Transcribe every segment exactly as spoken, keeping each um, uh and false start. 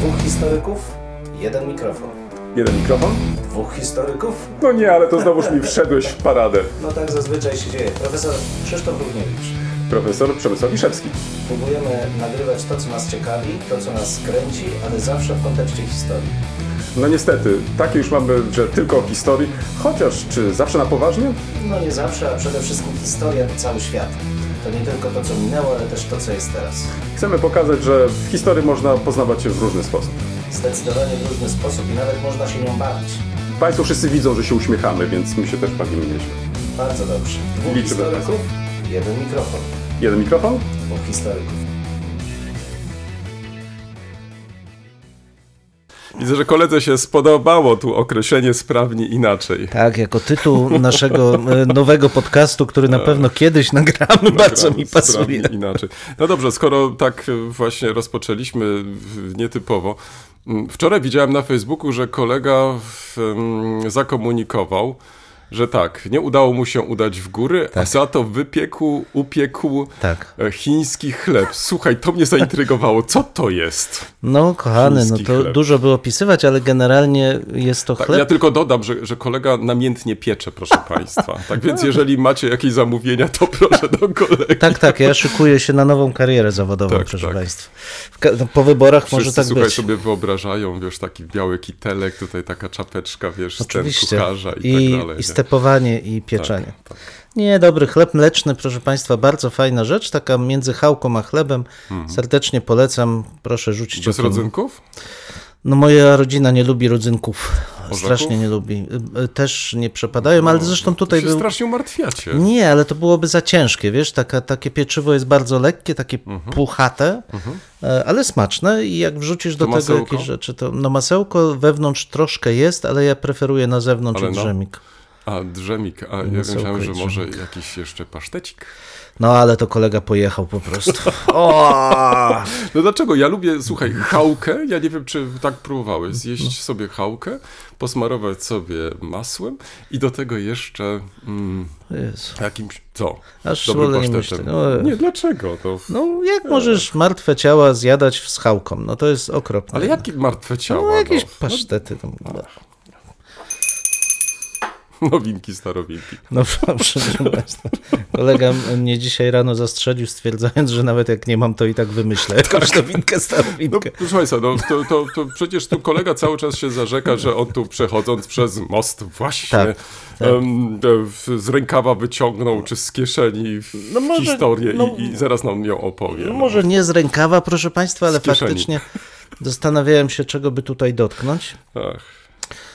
Dwóch historyków, jeden mikrofon. Jeden mikrofon? Dwóch historyków? No nie, ale to znowuż mi wszedłeś w paradę. No tak zazwyczaj się dzieje. Profesor Krzysztof Równiewicz. Profesor Przemysław Wiszewski. Próbujemy nagrywać to, co nas ciekawi, to, co nas kręci, ale zawsze w kontekście historii. No niestety, takie już mamy, że tylko o historii, chociaż czy zawsze na poważnie? No nie zawsze, a przede wszystkim historia to cały świat. To nie tylko to, co minęło, ale też to, co jest teraz. Chcemy pokazać, że w historii można poznawać się w różny sposób. Zdecydowanie w różny sposób i nawet można się nią bawić. Państwo wszyscy widzą, że się uśmiechamy, więc my się też bawimy nieźle. Bardzo dobrze. Dwóch Liczymy historyków, jeden mikrofon. Jeden mikrofon? Dwóch historyków. Widzę, że koledze się spodobało tu określenie sprawnie inaczej. Tak, jako tytuł naszego nowego podcastu, który na pewno kiedyś nagramy, bardzo mi pasuje. Inaczej. No dobrze, skoro tak właśnie rozpoczęliśmy nietypowo. Wczoraj widziałem na Facebooku, że kolega w, um, zakomunikował, że tak, nie udało mu się udać w góry, tak. A za to wypiekł, upiekł tak. chiński chleb. Słuchaj, to mnie zaintrygowało. Co to jest? No kochany, chiński no to chleb. Dużo by opisywać, ale generalnie jest to tak, chleb. Ja tylko dodam, że, że kolega namiętnie piecze, proszę Państwa. Tak więc jeżeli macie jakieś zamówienia, to proszę do kolegi. Tak, tak, ja szykuję się na nową karierę zawodową, tak, proszę tak. Państwa. Po wyborach Wszyscy, może tak słuchaj, być. sobie wyobrażają, wiesz, taki biały kitelek, tutaj taka czapeczka, wiesz, oczywiście. Ten kucharza i, I tak dalej. I stepowanie i pieczenie. Tak, tak. Nie, dobry chleb mleczny, proszę Państwa, bardzo fajna rzecz, taka między chałką a chlebem. Mhm. Serdecznie polecam, proszę rzucić. Bez rodzynków? No moja rodzina nie lubi rodzynków, Orzeków? Strasznie nie lubi. Też nie przepadają, no, ale zresztą tutaj... To się był... strasznie umartwiacie. Nie, ale to byłoby za ciężkie, wiesz, taka, takie pieczywo jest bardzo lekkie, takie mhm. puchate, mhm. ale smaczne i jak wrzucisz do to tego masełko? Jakieś rzeczy, to no masełko wewnątrz troszkę jest, ale ja preferuję na zewnątrz ale drzemik. No. A, drzemik, a ja myślałem, że może jakiś jeszcze pasztecik. No, ale to kolega pojechał po prostu. O! No dlaczego? Ja lubię, słuchaj, chałkę, ja nie wiem, czy tak próbowałeś, zjeść no. sobie chałkę, posmarować sobie masłem i do tego jeszcze mm, jakimś, co? Aż dobrym pasztetem. No, nie, dlaczego? To... No, jak możesz martwe ciała zjadać z chałką? No to jest okropne. Ale jakie martwe ciała? No, jakieś no? pasztety. Tam. No. Nowinki, starowinki. No proszę Państwa. Kolega mnie dzisiaj rano zastrzelił, stwierdzając, że nawet jak nie mam, to i tak wymyślę jakąś nowinkę, starowinkę. No, proszę Państwa, no, to, to, to przecież tu kolega cały czas się zarzeka, że on tu przechodząc przez most właśnie tak, tak. Um, z rękawa wyciągnął, czy z kieszeni no może, historię no, i, i zaraz nam ją opowie. No może nie z rękawa, proszę Państwa, ale faktycznie zastanawiałem się, czego by tutaj dotknąć. Ach.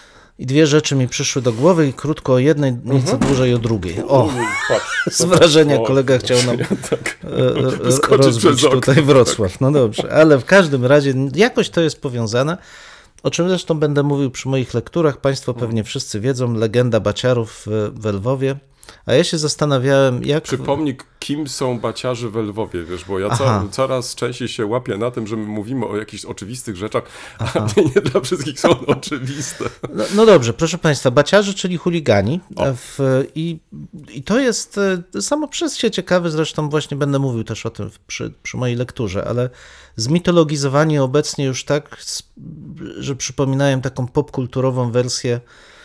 I dwie rzeczy mi przyszły do głowy i krótko o jednej, nieco uh-huh. dłużej o drugiej. O, patrz, z wrażenia kolega chciał nam tak. e, rozbić tutaj Wrocław. No dobrze, ale w każdym razie jakoś to jest powiązane, o czym zresztą będę mówił przy moich lekturach. Państwo pewnie wszyscy wiedzą, legenda baciarów w Lwowie. A ja się zastanawiałem, jak... Przypomnij, kim są baciarze w Lwowie, wiesz, bo ja co, coraz częściej się łapię na tym, że my mówimy o jakichś oczywistych rzeczach, Aha. a nie dla wszystkich są oczywiste. No, no dobrze, proszę Państwa, baciarze, czyli chuligani w, i, i to jest samo przez się ciekawe, zresztą właśnie będę mówił też o tym przy, przy mojej lekturze, ale zmitologizowani obecnie już tak, że przypominają taką popkulturową wersję,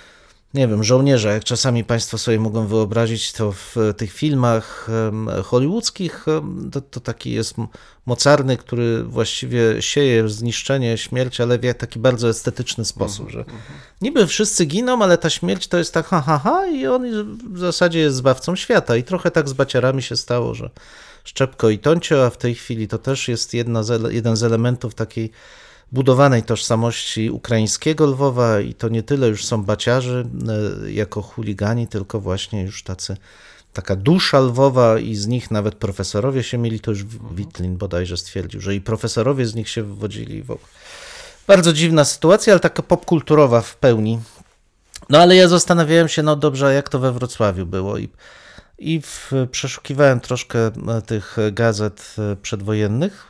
nie wiem, żołnierza, jak czasami Państwo sobie mogą wyobrazić, to w tych filmach hollywoodzkich to, to taki jest mocarny, który właściwie sieje zniszczenie, śmierć, ale w taki bardzo estetyczny sposób, że niby wszyscy giną, ale ta śmierć to jest tak ha, ha, ha i on w zasadzie jest zbawcą świata i trochę tak z baciarami się stało, że Szczepko i Toncio, a w tej chwili to też jest jedna z, jeden z elementów takiej budowanej tożsamości ukraińskiego Lwowa i to nie tyle już są baciarzy jako chuligani, tylko właśnie już tacy, taka dusza Lwowa i z nich nawet profesorowie się mieli, to już Witlin bodajże stwierdził, że i profesorowie z nich się wywodzili. Bardzo dziwna sytuacja, ale taka popkulturowa w pełni. No ale ja zastanawiałem się, no dobrze, a jak to we Wrocławiu było i I w, przeszukiwałem troszkę tych gazet przedwojennych,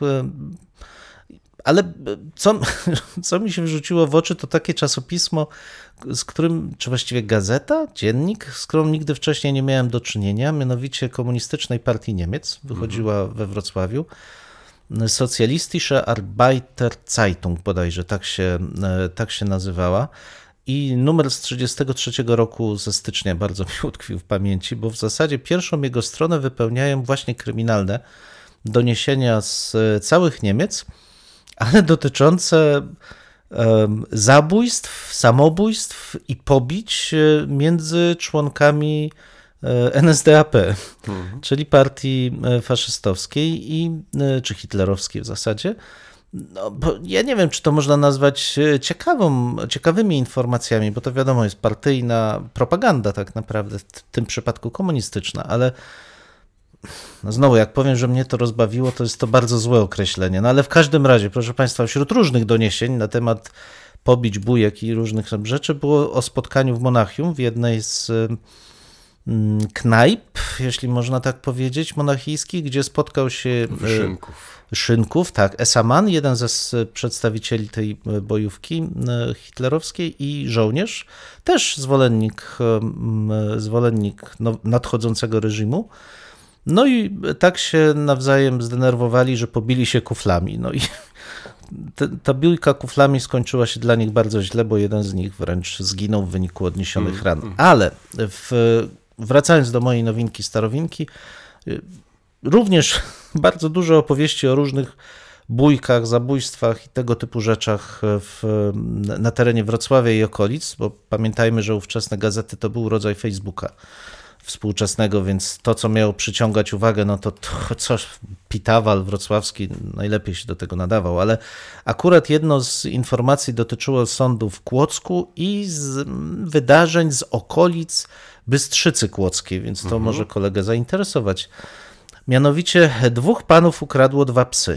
ale co, co mi się wrzuciło w oczy, to takie czasopismo, z którym, czy właściwie gazeta, dziennik, z którą nigdy wcześniej nie miałem do czynienia, mianowicie Komunistycznej Partii Niemiec, wychodziła we Wrocławiu. Sozialistische Arbeiterzeitung bodajże, tak się, tak się nazywała. I numer z trzydziestego trzeciego roku ze stycznia bardzo mi utkwił w pamięci, bo w zasadzie pierwszą jego stronę wypełniają właśnie kryminalne doniesienia z całych Niemiec, ale dotyczące um, zabójstw, samobójstw i pobić między członkami N S D A P, mhm. czyli partii faszystowskiej i, czy hitlerowskiej w zasadzie. No, bo ja nie wiem, czy to można nazwać ciekawą, ciekawymi informacjami, bo to wiadomo, jest partyjna propaganda tak naprawdę, w tym przypadku komunistyczna, ale no znowu, jak powiem, że mnie to rozbawiło, to jest to bardzo złe określenie. No ale w każdym razie, proszę Państwa, wśród różnych doniesień na temat pobić, bujek i różnych rzeczy było o spotkaniu w Monachium w jednej z knajp, jeśli można tak powiedzieć, monachijskich, gdzie spotkał się Szynków. Szynków, tak, Esaman, jeden ze przedstawicieli tej bojówki hitlerowskiej i żołnierz, też zwolennik, zwolennik nadchodzącego reżimu. No i tak się nawzajem zdenerwowali, że pobili się kuflami. No i ta biłka kuflami skończyła się dla nich bardzo źle, bo jeden z nich wręcz zginął w wyniku odniesionych ran. Ale w, wracając do mojej nowinki, starowinki, również bardzo dużo opowieści o różnych bójkach, zabójstwach i tego typu rzeczach w, na terenie Wrocławia i okolic, bo pamiętajmy, że ówczesne gazety to był rodzaj Facebooka współczesnego, więc to, co miało przyciągać uwagę, no to, to coś, Pitawal wrocławski najlepiej się do tego nadawał, ale akurat jedno z informacji dotyczyło sądu w Kłodzku i z wydarzeń z okolic Bystrzycy Kłodzkiej, więc to mhm. może kolegę zainteresować. Mianowicie dwóch panów ukradło dwa psy.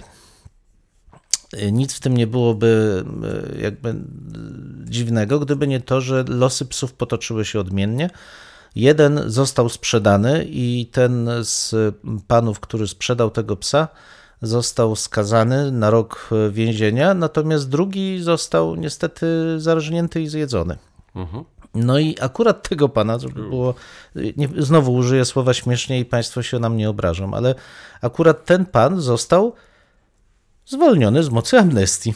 Nic w tym nie byłoby jakby dziwnego, gdyby nie to, że losy psów potoczyły się odmiennie. Jeden został sprzedany i ten z panów, który sprzedał tego psa, został skazany na rok więzienia, natomiast drugi został niestety zarżnięty i zjedzony. Mhm. No i akurat tego pana, żeby było, nie, znowu użyję słowa śmiesznie i państwo się na mnie obrażą, ale akurat ten pan został zwolniony z mocy amnestii.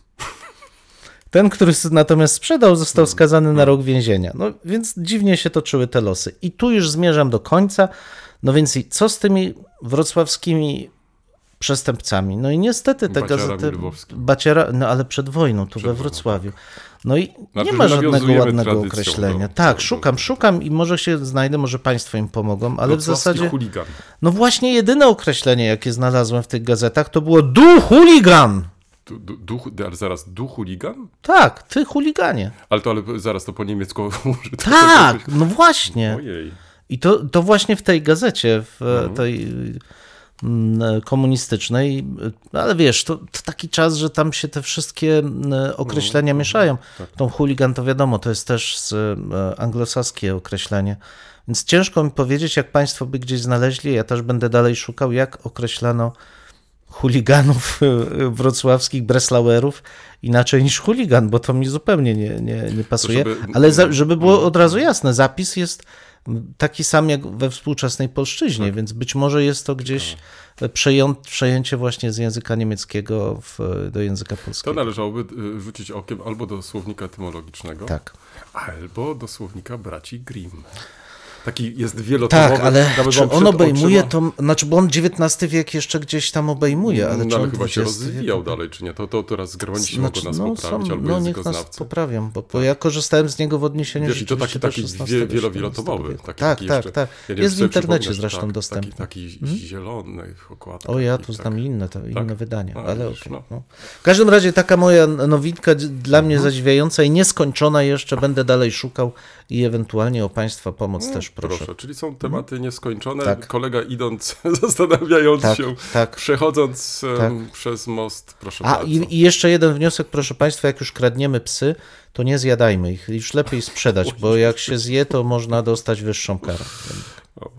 Ten, który natomiast sprzedał, został skazany na rok więzienia. No więc dziwnie się toczyły te losy. I tu już zmierzam do końca. No więc i co z tymi wrocławskimi przestępcami? No i niestety te gazety... Baciara, no ale przed wojną, tu przed we Wrocławiu. No i znaczy, nie ma żadnego ładnego określenia. Do, tak, do, szukam, do, szukam i może się znajdę, może państwo im pomogą, ale w zasadzie... chuligan. No właśnie jedyne określenie, jakie znalazłem w tych gazetach, to było du chuligan. Du, du, du, ale zaraz, du chuligan? Tak, ty chuliganie. Ale to ale zaraz to po niemiecku użyte. Tak, no właśnie. Ojej. I to, to właśnie w tej gazecie, w mhm. tej komunistycznej, ale wiesz, to, to taki czas, że tam się te wszystkie określenia mhm. mieszają. Tak. Tą chuligan to wiadomo, to jest też z anglosaskie określenie. Więc ciężko mi powiedzieć, jak państwo by gdzieś znaleźli, ja też będę dalej szukał, jak określano chuliganów wrocławskich, breslauerów inaczej niż chuligan, bo to mi zupełnie nie, nie, nie pasuje. Żeby... Ale za, żeby było od razu jasne, zapis jest taki sam jak we współczesnej polszczyźnie, tak. Więc być może jest to gdzieś przeję, przejęcie właśnie z języka niemieckiego w, do języka polskiego. To należałoby rzucić okiem albo do słownika etymologicznego, tak. albo do słownika braci Grimm. Taki jest wielotomowy. Tak, ale czy on obejmuje oczyma... to, znaczy, bo on dziewiętnasty wiek jeszcze gdzieś tam obejmuje, ale no, czy ale on chyba się rozwijał wiek... dalej, czy nie? To, to teraz zgromadziliśmy znaczy, mogą nas no, poprawić, są, albo no, niech językoznawcy. nas poprawią, bo, bo ja korzystałem z niego w odniesieniu Wiesz, i to taki, taki wie, wielowielotomowy. Taki, tak, taki tak, jeszcze, tak. Ja jest w internecie tak, zresztą tak, dostępny. Taki, taki hmm? zielony okładka. O, ja tu tak. znam inne, to inne tak? wydania, A, ale wiesz, okay, no. no. W każdym razie taka moja nowinka dla mnie mhm. zadziwiająca i nieskończona jeszcze, będę dalej szukał i ewentualnie o państwa pomoc no, też proszę. Proszę, czyli są tematy nieskończone. Tak. Kolega idąc, zastanawiając tak, się, tak. przechodząc tak. um, przez most, proszę A bardzo. i, i jeszcze jeden wniosek, proszę państwa, jak już kradniemy psy, to nie zjadajmy ich. Już lepiej sprzedać, bo jak się zje, to można dostać wyższą karę. O Boże.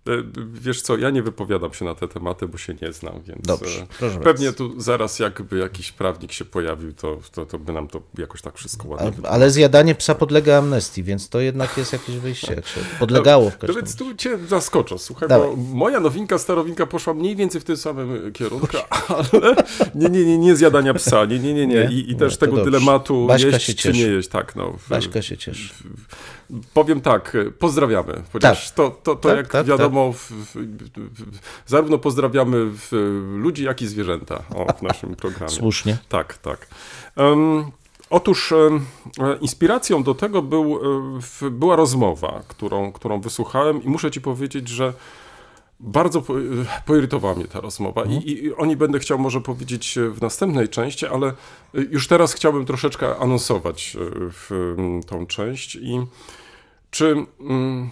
Wiesz co, ja nie wypowiadam się na te tematy, bo się nie znam, więc Dobrze, proszę pewnie bardzo. tu zaraz jakby jakiś prawnik się pojawił, to, to, to by nam to jakoś tak wszystko ładnie Ale, wytłumaczył. ale zjadanie psa podlega amnestii, więc to jednak jest jakieś wyjście. Jak się podlegało w No każdym więc tu cię zaskoczę, słuchaj, Dawaj. bo moja nowinka, starowinka poszła mniej więcej w tym samym kierunku, ale nie, nie, nie, nie zjadania psa, nie, nie, nie, nie. I, i Nie, też to tego dobrze. dylematu Baśka jeść się czy nie cieszy. jeść, tak, no. w- Baśka się cieszy. Powiem tak, pozdrawiamy, chociaż Tak. to, to, to Tak, jak tak, wiadomo, w, w, w, zarówno pozdrawiamy w, ludzi, jak i zwierzęta o, w naszym programie. Słusznie. Tak, tak. Um, otóż um, inspiracją do tego był, w, była rozmowa, którą, którą wysłuchałem i muszę ci powiedzieć, że bardzo po, poirytowała mnie ta rozmowa I, i o niej będę chciał może powiedzieć w następnej części, ale już teraz chciałbym troszeczkę anonsować w tą część i czy mm,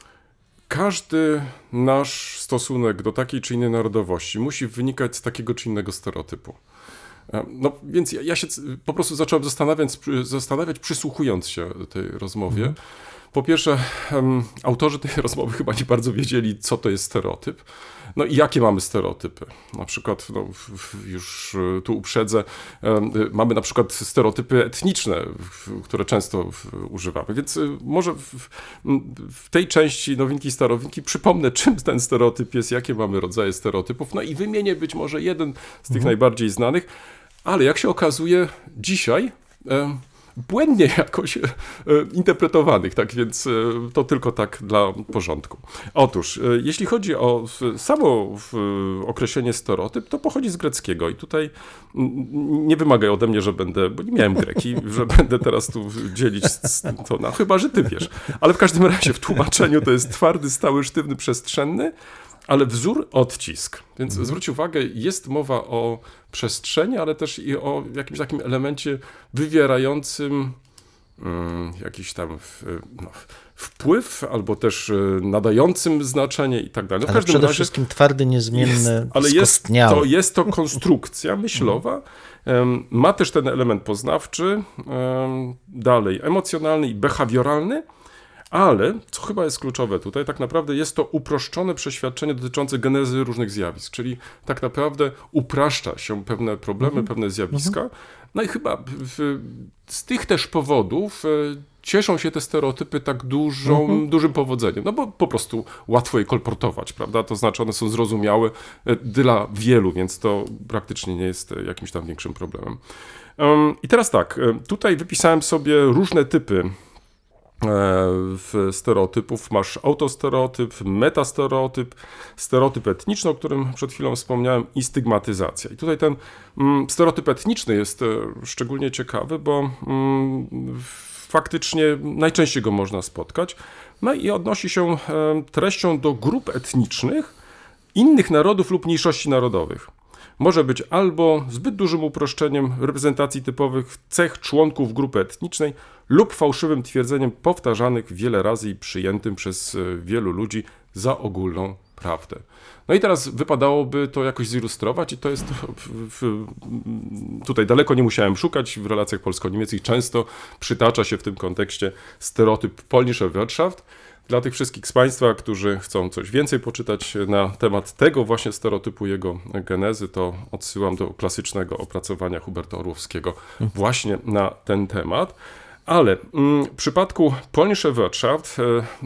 każdy nasz stosunek do takiej czy innej narodowości musi wynikać z takiego czy innego stereotypu. No więc ja, ja się po prostu zacząłem zastanawiać, zastanawiać przysłuchując się tej rozmowie. Mhm. Po pierwsze, um, autorzy tej rozmowy chyba nie bardzo wiedzieli, co to jest stereotyp. No i jakie mamy stereotypy? Na przykład, no, w, w, już tu uprzedzę, um, mamy na przykład stereotypy etniczne, w, które często w, używamy. Więc y, może w, w tej części nowinki, starowinki przypomnę, czym ten stereotyp jest, jakie mamy rodzaje stereotypów. No i wymienię być może jeden z tych mhm. najbardziej znanych, ale jak się okazuje dzisiaj... Um, błędnie jakoś e, interpretowanych, tak więc e, to tylko tak dla porządku. Otóż, e, jeśli chodzi o w, samo w, określenie stereotyp, to pochodzi z greckiego i tutaj m, nie wymagaj ode mnie, że będę, bo nie miałem greki, że będę teraz tu dzielić z, to, no, chyba że ty wiesz. Ale w każdym razie w tłumaczeniu to jest twardy, stały, sztywny, przestrzenny, ale wzór, odcisk. Więc mhm. zwróć uwagę, jest mowa o przestrzeni, ale też i o jakimś takim elemencie wywierającym um, jakiś tam w, no, wpływ, albo też nadającym znaczenie i tak dalej. No, w ale każdym przede razie wszystkim twardy, niezmienny, jest, ale jest to, jest to konstrukcja myślowa. Um, ma też ten element poznawczy, um, dalej emocjonalny i behawioralny. Ale, co chyba jest kluczowe tutaj, tak naprawdę jest to uproszczone przeświadczenie dotyczące genezy różnych zjawisk, czyli tak naprawdę upraszcza się pewne problemy, mm-hmm. pewne zjawiska. No i chyba w, z tych też powodów cieszą się te stereotypy tak dużą, mm-hmm. dużym powodzeniem, no bo po prostu łatwo je kolportować, prawda? To znaczy one są zrozumiałe dla wielu, więc to praktycznie nie jest jakimś tam większym problemem. Um, I teraz tak, tutaj wypisałem sobie różne typy w stereotypów. Masz autostereotyp, metastereotyp, stereotyp etniczny, o którym przed chwilą wspomniałem, i stygmatyzacja. I tutaj ten mm, stereotyp etniczny jest szczególnie ciekawy, bo mm, faktycznie najczęściej go można spotkać. No i odnosi się e, treścią do grup etnicznych innych narodów lub mniejszości narodowych. Może być albo zbyt dużym uproszczeniem reprezentacji typowych cech członków grupy etnicznej lub fałszywym twierdzeniem powtarzanych wiele razy i przyjętym przez wielu ludzi za ogólną prawdę. No i teraz wypadałoby to jakoś zilustrować i to jest, w, w, tutaj daleko nie musiałem szukać, w relacjach polsko-niemieckich często przytacza się w tym kontekście stereotyp Polnische Wirtschaft. Dla tych wszystkich z Państwa, którzy chcą coś więcej poczytać na temat tego właśnie stereotypu, jego genezy, to odsyłam do klasycznego opracowania Huberta Orłowskiego właśnie na ten temat. Ale mm, w przypadku Polnische Wirtschaft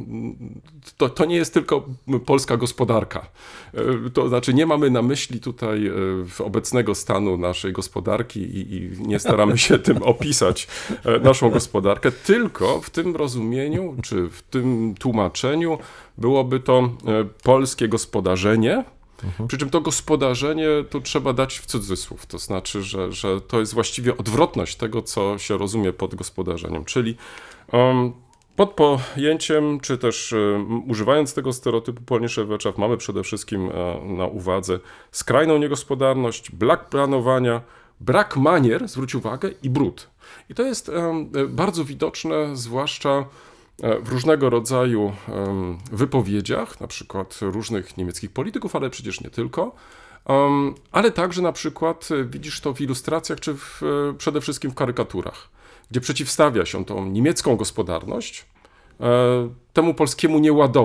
to, to nie jest tylko polska gospodarka. To znaczy nie mamy na myśli tutaj obecnego stanu naszej gospodarki i, i nie staramy się tym opisać naszą gospodarkę, tylko w tym rozumieniu, czy w tym tłumaczeniu byłoby to polskie gospodarzenie. Mhm. Przy czym to gospodarzenie tu trzeba dać w cudzysłów, to znaczy, że, że to jest właściwie odwrotność tego, co się rozumie pod gospodarzeniem, czyli um, pod pojęciem, czy też um, używając tego stereotypu Polnische Wirtschaft mamy przede wszystkim um, na uwadze skrajną niegospodarność, brak planowania, brak manier, zwróć uwagę, i brud. I to jest um, bardzo widoczne, zwłaszcza w różnego rodzaju um, wypowiedziach, na przykład różnych niemieckich polityków, ale przecież nie tylko, um, ale także na przykład widzisz to w ilustracjach, czy w, przede wszystkim w karykaturach, gdzie przeciwstawia się tą niemiecką gospodarność e, temu polskiemu nieładowi.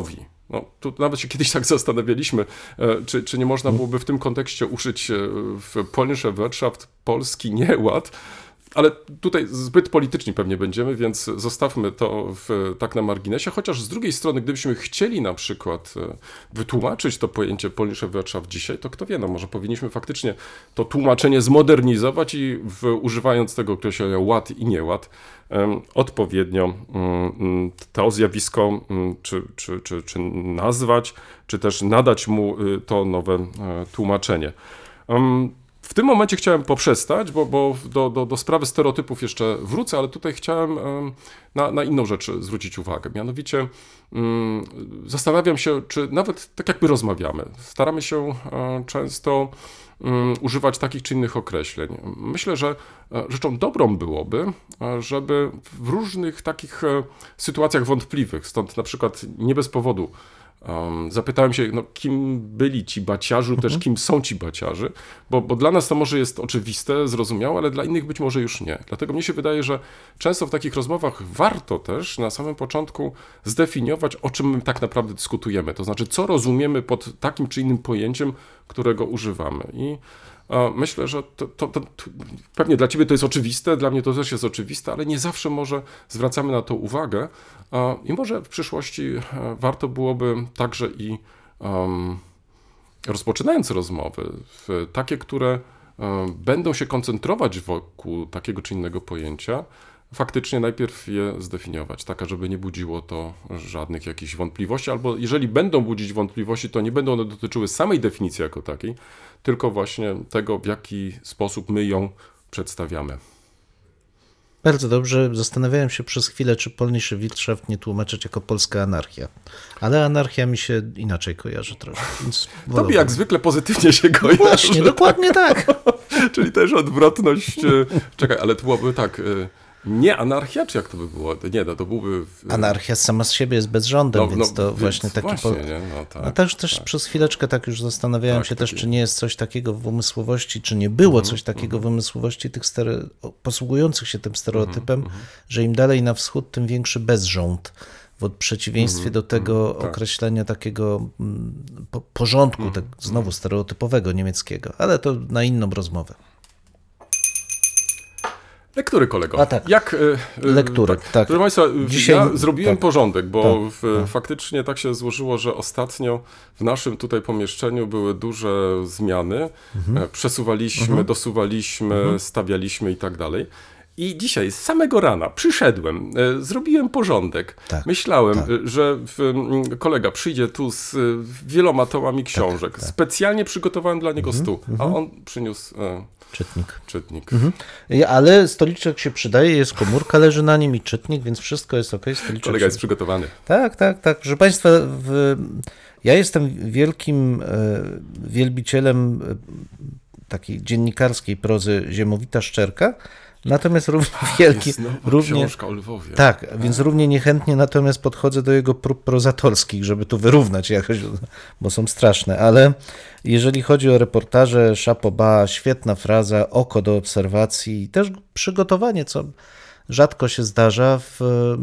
No, tu nawet się kiedyś tak zastanawialiśmy, czy, czy nie można byłoby w tym kontekście użyć w Polnische Wirtschaft polski nieład, ale tutaj zbyt polityczni pewnie będziemy, więc zostawmy to w, tak na marginesie, chociaż z drugiej strony, gdybyśmy chcieli na przykład wytłumaczyć to pojęcie Polnische Wirtschaft dzisiaj, to kto wie, no może powinniśmy faktycznie to tłumaczenie zmodernizować i w, używając tego określenia ład i nieład, um, odpowiednio um, to zjawisko um, czy, czy, czy, czy nazwać, czy też nadać mu to nowe um, tłumaczenie. Um, W tym momencie chciałem poprzestać, bo, bo do, do, do sprawy stereotypów jeszcze wrócę, ale tutaj chciałem na, na inną rzecz zwrócić uwagę. Mianowicie um, zastanawiam się, czy nawet tak jakby rozmawiamy, staramy się um, często um, używać takich czy innych określeń. Myślę, że rzeczą dobrą byłoby, żeby w różnych takich sytuacjach wątpliwych, stąd na przykład nie bez powodu Um, zapytałem się, no, kim byli ci baciarze, mhm. też kim są ci baciarze, bo, bo dla nas to może jest oczywiste, zrozumiałe, ale dla innych być może już nie. Dlatego mnie się wydaje, że często w takich rozmowach warto też na samym początku zdefiniować, o czym my tak naprawdę dyskutujemy. To znaczy, co rozumiemy pod takim czy innym pojęciem, którego używamy. I myślę, że to, to, to, to pewnie dla ciebie to jest oczywiste, dla mnie to też jest oczywiste, ale nie zawsze może zwracamy na to uwagę i może w przyszłości warto byłoby także i um, rozpoczynając rozmowy, takie, które um, będą się koncentrować wokół takiego czy innego pojęcia, faktycznie najpierw je zdefiniować, tak, żeby nie budziło to żadnych jakichś wątpliwości, albo jeżeli będą budzić wątpliwości, to nie będą one dotyczyły samej definicji jako takiej, tylko właśnie tego, w jaki sposób my ją przedstawiamy. Bardzo dobrze. Zastanawiałem się przez chwilę, czy Polnische Wirtschaft nie tłumaczyć jako polska anarchia. Ale anarchia mi się inaczej kojarzy troszkę. Więc Tobie jak zwykle pozytywnie się kojarzy. Właśnie, dokładnie tak. Czyli też odwrotność. Czekaj, ale to byłoby tak... Nie anarchia, czy jak to by było? Nie, no to byłby... Anarchia sama z siebie jest bezrządem, no, więc no, to więc właśnie taki... właśnie, Po... nie? No, tak, A też, też tak. przez chwileczkę tak już zastanawiałem tak, się taki... też, czy nie jest coś takiego w umysłowości, czy nie było mm-hmm, coś takiego mm-hmm. w umysłowości tych stere... posługujących się tym stereotypem, mm-hmm. że im dalej na wschód, tym większy bezrząd. W przeciwieństwie mm-hmm. do tego mm-hmm. określenia tak. takiego po, porządku, mm-hmm. tak, znowu stereotypowego niemieckiego, ale to na inną rozmowę. Lektury, kolego. A tak. Jak, Lektury, tak. tak. Proszę Państwa, Dzisiaj... ja zrobiłem tak. porządek, bo tak. w, tak. faktycznie tak się złożyło, że ostatnio w naszym tutaj pomieszczeniu były duże zmiany. Mhm. Przesuwaliśmy, mhm. dosuwaliśmy, mhm. stawialiśmy i tak dalej. I dzisiaj z samego rana przyszedłem, zrobiłem porządek. Tak, Myślałem, tak. że kolega przyjdzie tu z wieloma tomami książek. Tak, tak. Specjalnie przygotowałem dla niego mhm, stół, mhm. a on przyniósł... Czytnik. Czytnik. Mhm. Ale stoliczek się przydaje, jest komórka, leży na nim i czytnik, więc wszystko jest ok. Stoliczek Kolega się... jest przygotowany. Tak, tak, tak. Proszę Państwa, w... ja jestem wielkim e, wielbicielem takiej dziennikarskiej prozy Ziemowita Szczerka, natomiast równie wielki... Jest nowa równie, książka o Lwowie. Tak, więc równie niechętnie natomiast podchodzę do jego prób prozatorskich, żeby tu wyrównać jakoś, bo są straszne, ale jeżeli chodzi o reportaże, chapeau bas, świetna fraza, oko do obserwacji i też przygotowanie, co rzadko się zdarza w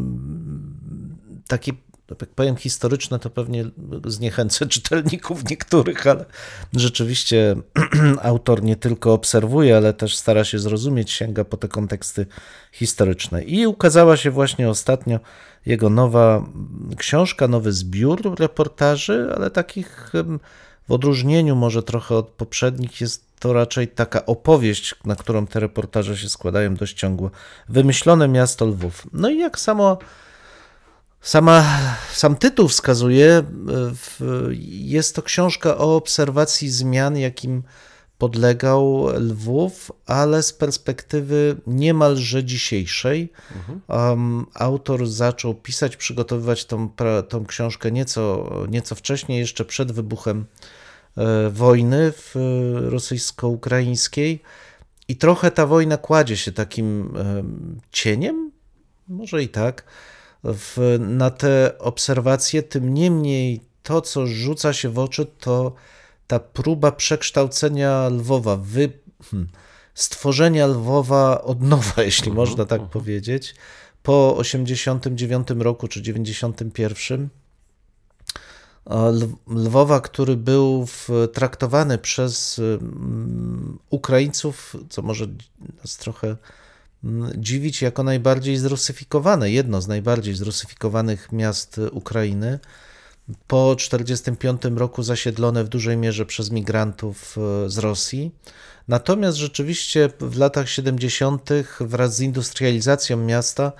taki, jak powiem historyczne, to pewnie zniechęcę czytelników niektórych, ale rzeczywiście autor nie tylko obserwuje, ale też stara się zrozumieć, sięga po te konteksty historyczne. I ukazała się właśnie ostatnio jego nowa książka, nowy zbiór reportaży, ale takich w odróżnieniu może trochę od poprzednich jest to raczej taka opowieść, na którą te reportaże się składają dość ciągło. Wymyślone miasto Lwów. No i jak samo Sama, sam tytuł wskazuje, jest to książka o obserwacji zmian, jakim podlegał Lwów, ale z perspektywy niemalże dzisiejszej. Mhm. Um, autor zaczął pisać, przygotowywać tą, tą książkę nieco, nieco wcześniej, jeszcze przed wybuchem e, wojny w, rosyjsko-ukraińskiej i trochę ta wojna kładzie się takim e, cieniem, może i tak, W, na te obserwacje, tym niemniej to, co rzuca się w oczy, to ta próba przekształcenia Lwowa, wy, hmm, stworzenia Lwowa od nowa, jeśli można tak powiedzieć, po osiemdziesiątym dziewiątym roku czy dziewięćdziesiątym pierwszym. Lwowa, który był w, traktowany przez um, Ukraińców, co może nas trochę um, dziwić, jako najbardziej zrusyfikowane, jedno z najbardziej zrusyfikowanych miast Ukrainy. Po tysiąc dziewięćset czterdziestym piątym roku zasiedlone w dużej mierze przez migrantów z Rosji. Natomiast rzeczywiście w latach siedemdziesiątych wraz z industrializacją miasta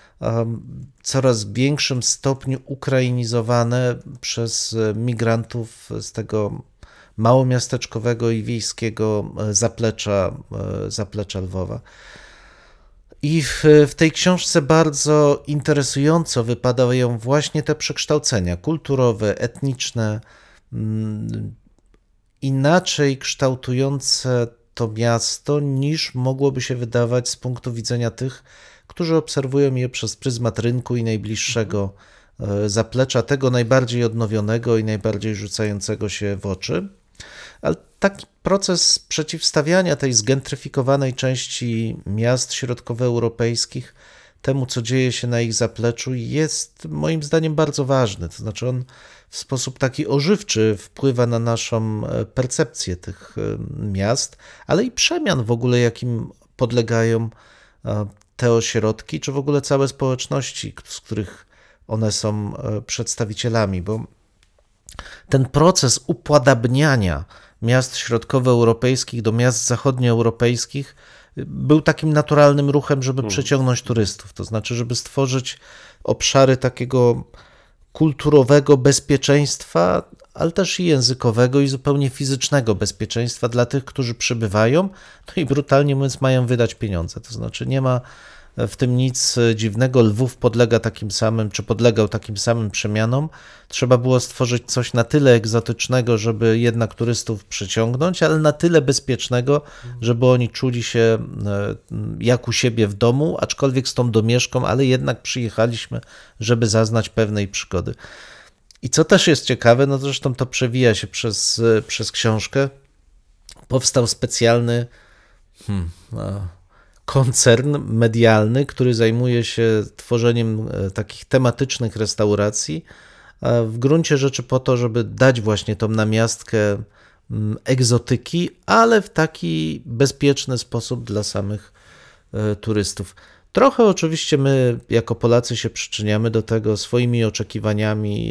coraz większym stopniu ukrainizowane przez migrantów z tego małomiasteczkowego i wiejskiego zaplecza, zaplecza Lwowa. I w, w tej książce bardzo interesująco wypadają właśnie te przekształcenia kulturowe, etniczne, mm, inaczej kształtujące to miasto, niż mogłoby się wydawać z punktu widzenia tych, którzy obserwują je przez pryzmat rynku i najbliższego zaplecza, tego najbardziej odnowionego i najbardziej rzucającego się w oczy. Ale taki proces przeciwstawiania tej zgentryfikowanej części miast środkowoeuropejskich temu, co dzieje się na ich zapleczu, jest moim zdaniem bardzo ważny. To znaczy on w sposób taki ożywczy wpływa na naszą percepcję tych miast, ale i przemian w ogóle, jakim podlegają te ośrodki, czy w ogóle całe społeczności, z których one są przedstawicielami, bo ten proces upładabniania miast środkowoeuropejskich do miast zachodnioeuropejskich był takim naturalnym ruchem, żeby hmm. przyciągnąć turystów, to znaczy, żeby stworzyć obszary takiego kulturowego bezpieczeństwa, ale też i językowego i zupełnie fizycznego bezpieczeństwa dla tych, którzy przybywają, no i brutalnie mówiąc mają wydać pieniądze, to znaczy nie ma w tym nic dziwnego, Lwów podlega takim samym, czy podlegał takim samym przemianom. Trzeba było stworzyć coś na tyle egzotycznego, żeby jednak turystów przyciągnąć, ale na tyle bezpiecznego, żeby oni czuli się jak u siebie w domu, aczkolwiek z tą domieszką, ale jednak przyjechaliśmy, żeby zaznać pewnej przygody. I co też jest ciekawe, no zresztą to przewija się przez, przez książkę, powstał specjalny hmm, no, koncern medialny, który zajmuje się tworzeniem takich tematycznych restauracji, w gruncie rzeczy po to, żeby dać właśnie tą namiastkę egzotyki, ale w taki bezpieczny sposób dla samych turystów. Trochę oczywiście my jako Polacy się przyczyniamy do tego swoimi oczekiwaniami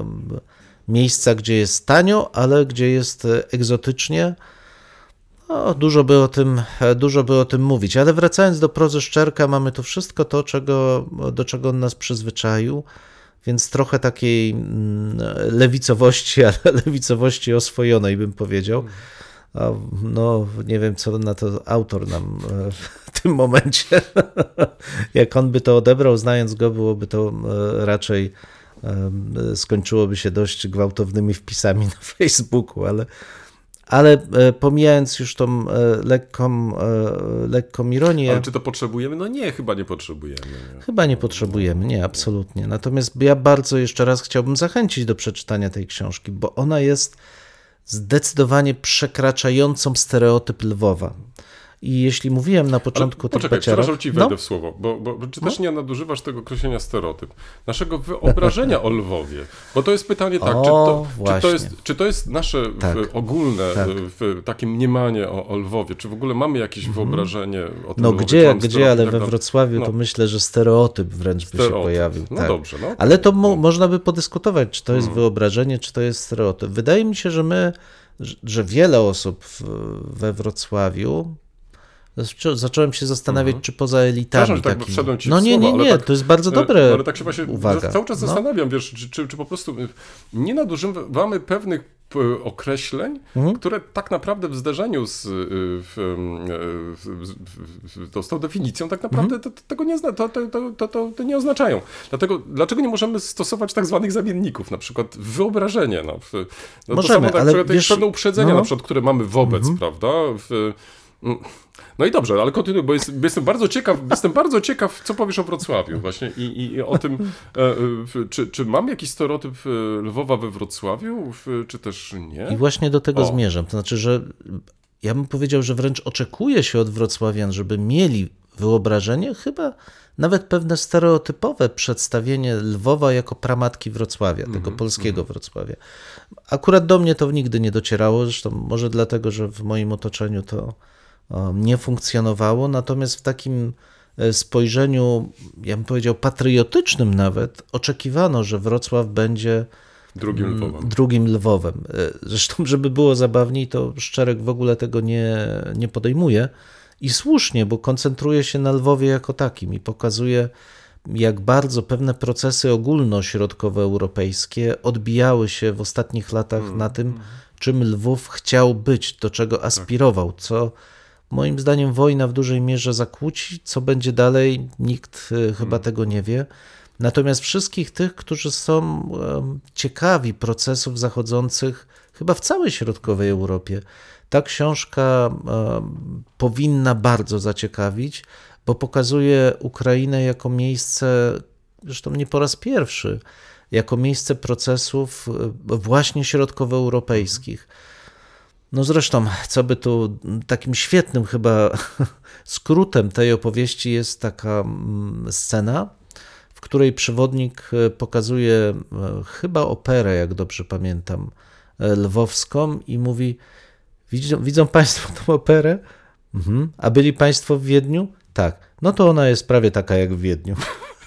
miejsca, gdzie jest tanio, ale gdzie jest egzotycznie. No, dużo by o tym, dużo by o tym mówić, ale wracając do prozy Szczerka, mamy tu wszystko to, czego, do czego on nas przyzwyczaił, więc trochę takiej lewicowości, ale lewicowości oswojonej bym powiedział. No, nie wiem, co na to autor nam w tym momencie, jak on by to odebrał, znając go, byłoby to raczej, skończyłoby się dość gwałtownymi wpisami na Facebooku, ale Ale pomijając już tą lekką, lekką ironię... Ale czy to potrzebujemy? No nie, chyba nie potrzebujemy. Nie. Chyba nie potrzebujemy, nie, absolutnie. Natomiast ja bardzo jeszcze raz chciałbym zachęcić do przeczytania tej książki, bo ona jest zdecydowanie przekraczającą stereotyp Lwowa. I jeśli mówiłem na początku... Ale poczekaj, przepraszam ci, wejdę no. w słowo, bo, bo, bo czy też no. nie nadużywasz tego określenia stereotyp? Naszego wyobrażenia o Lwowie. Bo to jest pytanie tak, o, czy, to, czy, to jest, właśnie. czy to jest nasze tak. w, ogólne tak. w, takie mniemanie o, o Lwowie? Czy w ogóle mamy jakieś mm. wyobrażenie o tym No Lwowie? gdzie, gdzie, ale tak we no. Wrocławiu no. to myślę, że stereotyp wręcz by stereotyp. się pojawił. No tak. dobrze. No. Ale to mo- można by podyskutować, czy to jest mm. wyobrażenie, czy to jest stereotyp. Wydaje mi się, że my, że wiele osób w, we Wrocławiu zacząłem się zastanawiać, mhm. czy poza elitami Przepraszam, takimi... tak wszedłem ci No w nie, nie, słowa, nie, tak, to jest bardzo dobre ale tak się właśnie uwaga. cały czas no. zastanawiam, wiesz, czy, czy, czy po prostu nie nadużywamy pewnych określeń, mhm. które tak naprawdę w zderzeniu z, w, w, w, z tą definicją tak naprawdę mhm. to, to, tego nie, zna, to, to, to, to, to nie oznaczają. Dlatego, dlaczego nie możemy stosować tak zwanych zamienników, na przykład wyobrażenie. No, w, no możemy, to samo tak, ale wiesz, pewne uprzedzenia, no. na przykład, które mamy wobec, mhm. prawda, w, no i dobrze, ale kontynuuj, bo, jest, bo jestem bardzo ciekaw, jestem bardzo ciekaw, co powiesz o Wrocławiu właśnie i, i, i o tym, e, e, czy, czy mam jakiś stereotyp Lwowa we Wrocławiu, czy też nie? I właśnie do tego o. zmierzam. To znaczy, że ja bym powiedział, że wręcz oczekuje się od wrocławian, żeby mieli wyobrażenie, chyba nawet pewne stereotypowe przedstawienie Lwowa jako pramatki Wrocławia, mm-hmm, tego polskiego mm-hmm. Wrocławia. Akurat do mnie to nigdy nie docierało, zresztą może dlatego, że w moim otoczeniu to nie funkcjonowało, natomiast w takim spojrzeniu, ja bym powiedział patriotycznym nawet, oczekiwano, że Wrocław będzie drugim Lwowem. Drugim Lwowem. Zresztą, żeby było zabawniej, to Szczerek w ogóle tego nie, nie podejmuje i słusznie, bo koncentruje się na Lwowie jako takim i pokazuje, jak bardzo pewne procesy ogólnośrodkowoeuropejskie odbijały się w ostatnich latach mm. na tym, czym Lwów chciał być, do czego aspirował, co moim zdaniem wojna w dużej mierze zakłóci. Co będzie dalej, nikt chyba hmm. tego nie wie. Natomiast wszystkich tych, którzy są um, ciekawi procesów zachodzących chyba w całej środkowej Europie, ta książka um, powinna bardzo zaciekawić, bo pokazuje Ukrainę jako miejsce, zresztą nie po raz pierwszy, jako miejsce procesów właśnie środkowoeuropejskich. No zresztą, co by tu takim świetnym chyba skrótem tej opowieści jest taka scena, w której przewodnik pokazuje chyba operę, jak dobrze pamiętam, lwowską i mówi: widzą, widzą Państwo tę operę? Mhm. A byli Państwo w Wiedniu? Tak. No to ona jest prawie taka jak w Wiedniu.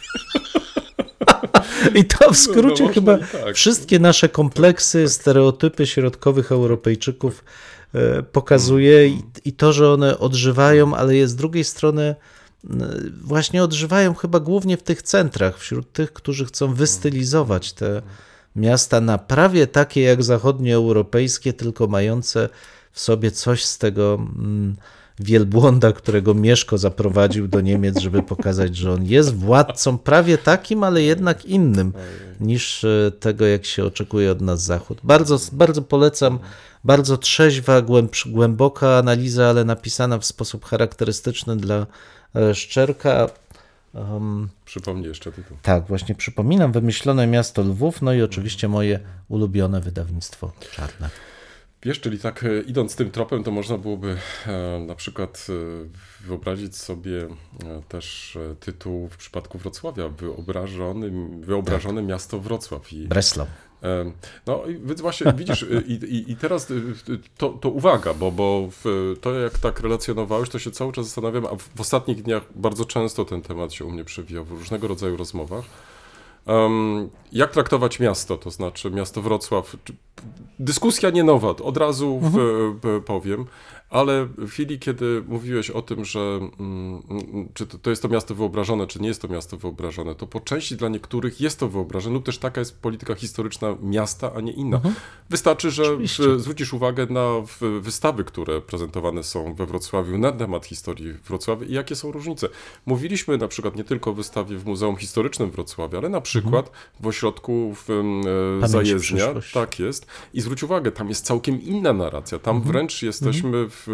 I to w skrócie no, no chyba tak. Wszystkie nasze kompleksy, stereotypy środkowych Europejczyków pokazuje i, i to, że one odżywają, ale jest z drugiej strony właśnie odżywają chyba głównie w tych centrach, wśród tych, którzy chcą wystylizować te miasta na prawie takie jak zachodnioeuropejskie, tylko mające w sobie coś z tego mm, wielbłąda, którego Mieszko zaprowadził do Niemiec, żeby pokazać, że on jest władcą prawie takim, ale jednak innym niż tego, jak się oczekuje od nas Zachód. Bardzo, bardzo polecam, bardzo trzeźwa, głęb, głęboka analiza, ale napisana w sposób charakterystyczny dla Szczerka. Um, Przypomnij jeszcze tytuł. Tak, właśnie przypominam. Wymyślone miasto Lwów, no i oczywiście moje ulubione wydawnictwo Czarne. Wiesz, czyli tak idąc tym tropem, to można byłoby e, na przykład e, wyobrazić sobie e, też e, tytuł w przypadku Wrocławia, wyobrażony, wyobrażone tak. miasto Wrocław. I, Breslau. E, no więc właśnie widzisz, i, i, i teraz to, to uwaga, bo, bo w, to jak tak relacjonowałeś, to się cały czas zastanawiam, a w, w ostatnich dniach bardzo często ten temat się u mnie przewijał w różnego rodzaju rozmowach. Um, jak traktować miasto, to znaczy miasto Wrocław? Dyskusja nie nowa, od razu w, w, powiem, ale w chwili, kiedy mówiłeś o tym, że mm, czy to, to jest to miasto wyobrażone, czy nie jest to miasto wyobrażone, to po części dla niektórych jest to wyobrażone, lub też taka jest polityka historyczna miasta, a nie inna. Mhm. Wystarczy, że w, zwrócisz uwagę na w, wystawy, które prezentowane są we Wrocławiu na temat historii Wrocławia i jakie są różnice. Mówiliśmy na przykład nie tylko o wystawie w Muzeum Historycznym Wrocławia, ale na przykład mhm. w ośrodku w, e, Zajezdnia. Tak jest. I zwróć uwagę, tam jest całkiem inna narracja. Tam mhm. wręcz jesteśmy w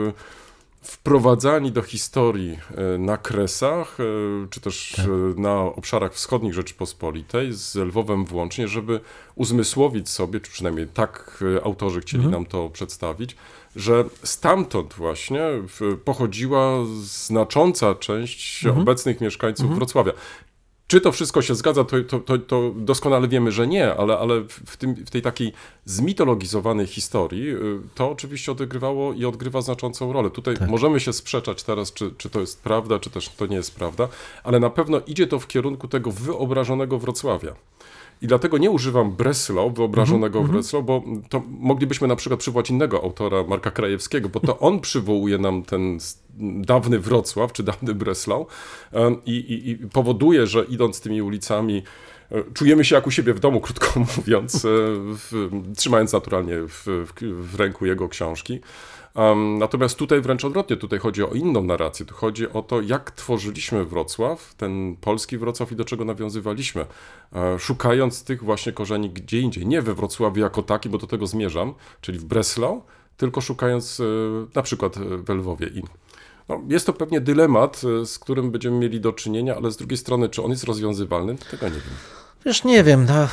wprowadzani do historii na Kresach, czy też tak. na obszarach wschodnich Rzeczypospolitej, z Lwowem włącznie, żeby uzmysłowić sobie, czy przynajmniej tak autorzy chcieli mhm. nam to przedstawić, że stamtąd właśnie pochodziła znacząca część mhm. obecnych mieszkańców mhm. Wrocławia. Czy to wszystko się zgadza, to, to, to, to doskonale wiemy, że nie, ale, ale w, tym, w tej takiej zmitologizowanej historii to oczywiście odgrywało i odgrywa znaczącą rolę. Tutaj tak. możemy się sprzeczać teraz, czy, czy to jest prawda, czy też to nie jest prawda, ale na pewno idzie to w kierunku tego wyobrażonego Wrocławia. I dlatego nie używam Breslau, wyobrażonego mm-hmm. Breslau, bo to moglibyśmy na przykład przywołać innego autora, Marka Krajewskiego, bo to on przywołuje nam ten dawny Wrocław, czy dawny Breslau i, i, i powoduje, że idąc tymi ulicami czujemy się jak u siebie w domu, krótko mówiąc, w, trzymając naturalnie w, w, w ręku jego książki. Um, natomiast tutaj wręcz odwrotnie, tutaj chodzi o inną narrację, tu chodzi o to, jak tworzyliśmy Wrocław, ten polski Wrocław i do czego nawiązywaliśmy, e, szukając tych właśnie korzeni gdzie indziej, nie we Wrocławiu jako taki, bo do tego zmierzam, czyli w Breslau, tylko szukając e, na przykład we Lwowie. I no, jest to pewnie dylemat, z którym będziemy mieli do czynienia, ale z drugiej strony, czy on jest rozwiązywalny, to tego nie wiem. Wiesz, nie wiem, no,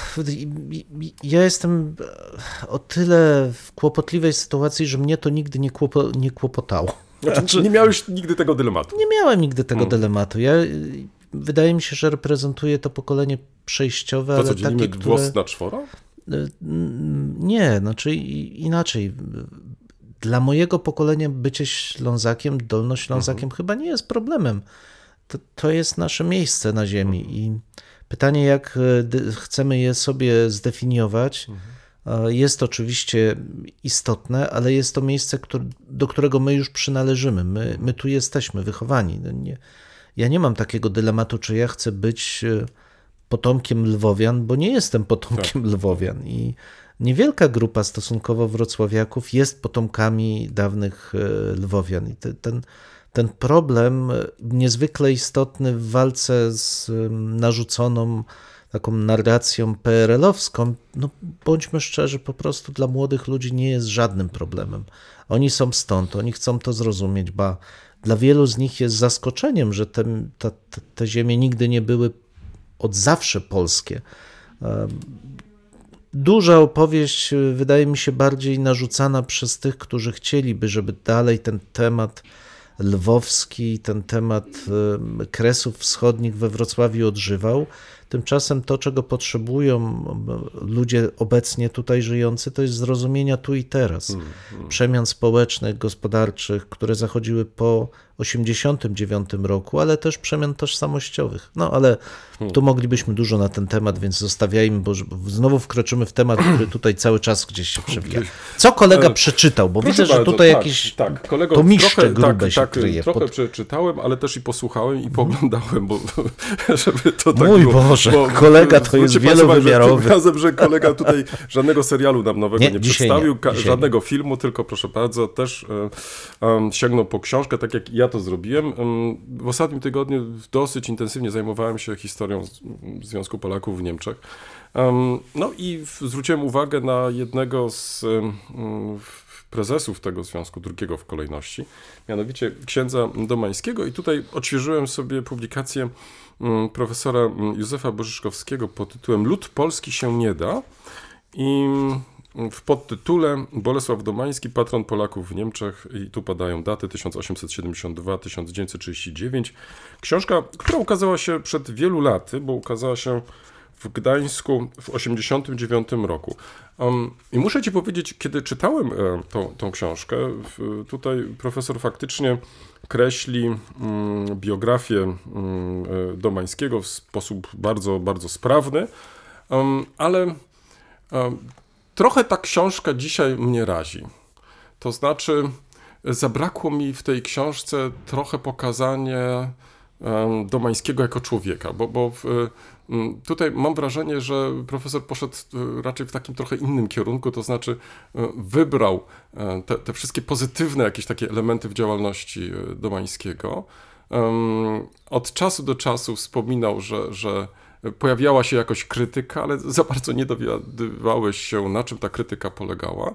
ja jestem o tyle w kłopotliwej sytuacji, że mnie to nigdy nie, kłopo, nie kłopotało. Znaczy, nie miałeś nigdy tego dylematu. Nie miałem nigdy tego Hmm. dylematu. Ja, wydaje mi się, że reprezentuję to pokolenie przejściowe, To ale co, dzielimy takie, które... głos na czworo? Nie, znaczy inaczej. Dla mojego pokolenia bycie Ślązakiem, Dolnoślązakiem Mhm. chyba nie jest problemem. To, to jest nasze miejsce na ziemi i pytanie, jak dy- chcemy je sobie zdefiniować, Mhm. jest oczywiście istotne, ale jest to miejsce, które, do którego my już przynależymy. My, my tu jesteśmy wychowani. No nie, ja nie mam takiego dylematu, czy ja chcę być potomkiem Lwowian, bo nie jestem potomkiem Tak. Lwowian i niewielka grupa stosunkowo wrocławiaków jest potomkami dawnych Lwowian i te, ten, ten problem niezwykle istotny w walce z narzuconą taką narracją P R L-owską, no bądźmy szczerzy, po prostu dla młodych ludzi nie jest żadnym problemem. Oni są stąd, oni chcą to zrozumieć, ba dla wielu z nich jest zaskoczeniem, że te, te, te ziemie nigdy nie były od zawsze polskie. Duża opowieść wydaje mi się bardziej narzucana przez tych, którzy chcieliby, żeby dalej ten temat lwowski, ten temat Kresów Wschodnich we Wrocławiu odżywał. Tymczasem to, czego potrzebują ludzie obecnie tutaj żyjący, to jest zrozumienia tu i teraz. Hmm, hmm. Przemian społecznych, gospodarczych, które zachodziły po osiemdziesiątym dziewiątym roku, ale też przemian tożsamościowych. No ale tu moglibyśmy dużo na ten temat, więc zostawiajmy, bo znowu wkroczymy w temat, który tutaj cały czas gdzieś się przewija. Co kolega przeczytał? Bo Proszę widzę, że bardzo, tutaj tak, jakieś tak, kolego, pomiszcze trochę, grube tak, się tak, kryje. Trochę pod... przeczytałem, ale też i posłuchałem i poglądałem, bo żeby to tak Mój było. Boże, bo, kolega to jest zwróćcie państwo, wielowymiarowy. Że tym razem, że kolega tutaj żadnego serialu nam nowego Nie, nie, dzisiaj przedstawił, nie, ka- dzisiaj żadnego filmu, tylko proszę bardzo, też e, e, sięgnął po książkę, tak jak ja to zrobiłem. E, w ostatnim tygodniu dosyć intensywnie zajmowałem się historią z- Związku Polaków w Niemczech. Um, no i w, zwróciłem uwagę na jednego z um, prezesów tego związku, drugiego w kolejności, mianowicie księdza Domańskiego i tutaj odświeżyłem sobie publikację um, profesora Józefa Bożyszkowskiego pod tytułem Lud Polski się nie da i w podtytule Bolesław Domański, patron Polaków w Niemczech i tu padają daty tysiąc osiemset siedemdziesiąt dwa do tysiąc dziewięćset trzydzieści dziewięć. Książka, która ukazała się przed wielu laty, bo ukazała się w Gdańsku w osiemdziesiątym dziewiątym roku. Um, I muszę ci powiedzieć, kiedy czytałem e, tą, tą książkę, w, tutaj profesor faktycznie kreśli mm, biografię mm, Domańskiego w sposób bardzo, bardzo sprawny, um, ale um, trochę ta książka dzisiaj mnie razi. To znaczy, zabrakło mi w tej książce trochę pokazania um, Domańskiego jako człowieka, bo, bo w, tutaj mam wrażenie, że profesor poszedł raczej w takim trochę innym kierunku, to znaczy wybrał te, te wszystkie pozytywne jakieś takie elementy w działalności Domańskiego. Od czasu do czasu wspominał, że, że pojawiała się jakoś krytyka, ale za bardzo nie dowiadywałeś się, na czym ta krytyka polegała.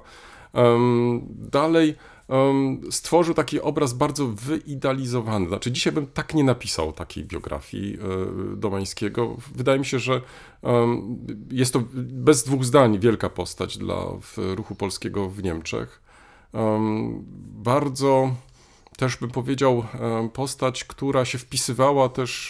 Dalej stworzył taki obraz bardzo wyidealizowany. Znaczy dzisiaj bym tak nie napisał takiej biografii Domańskiego. Wydaje mi się, że jest to bez dwóch zdań wielka postać dla ruchu polskiego w Niemczech. Bardzo też bym powiedział postać, która się wpisywała też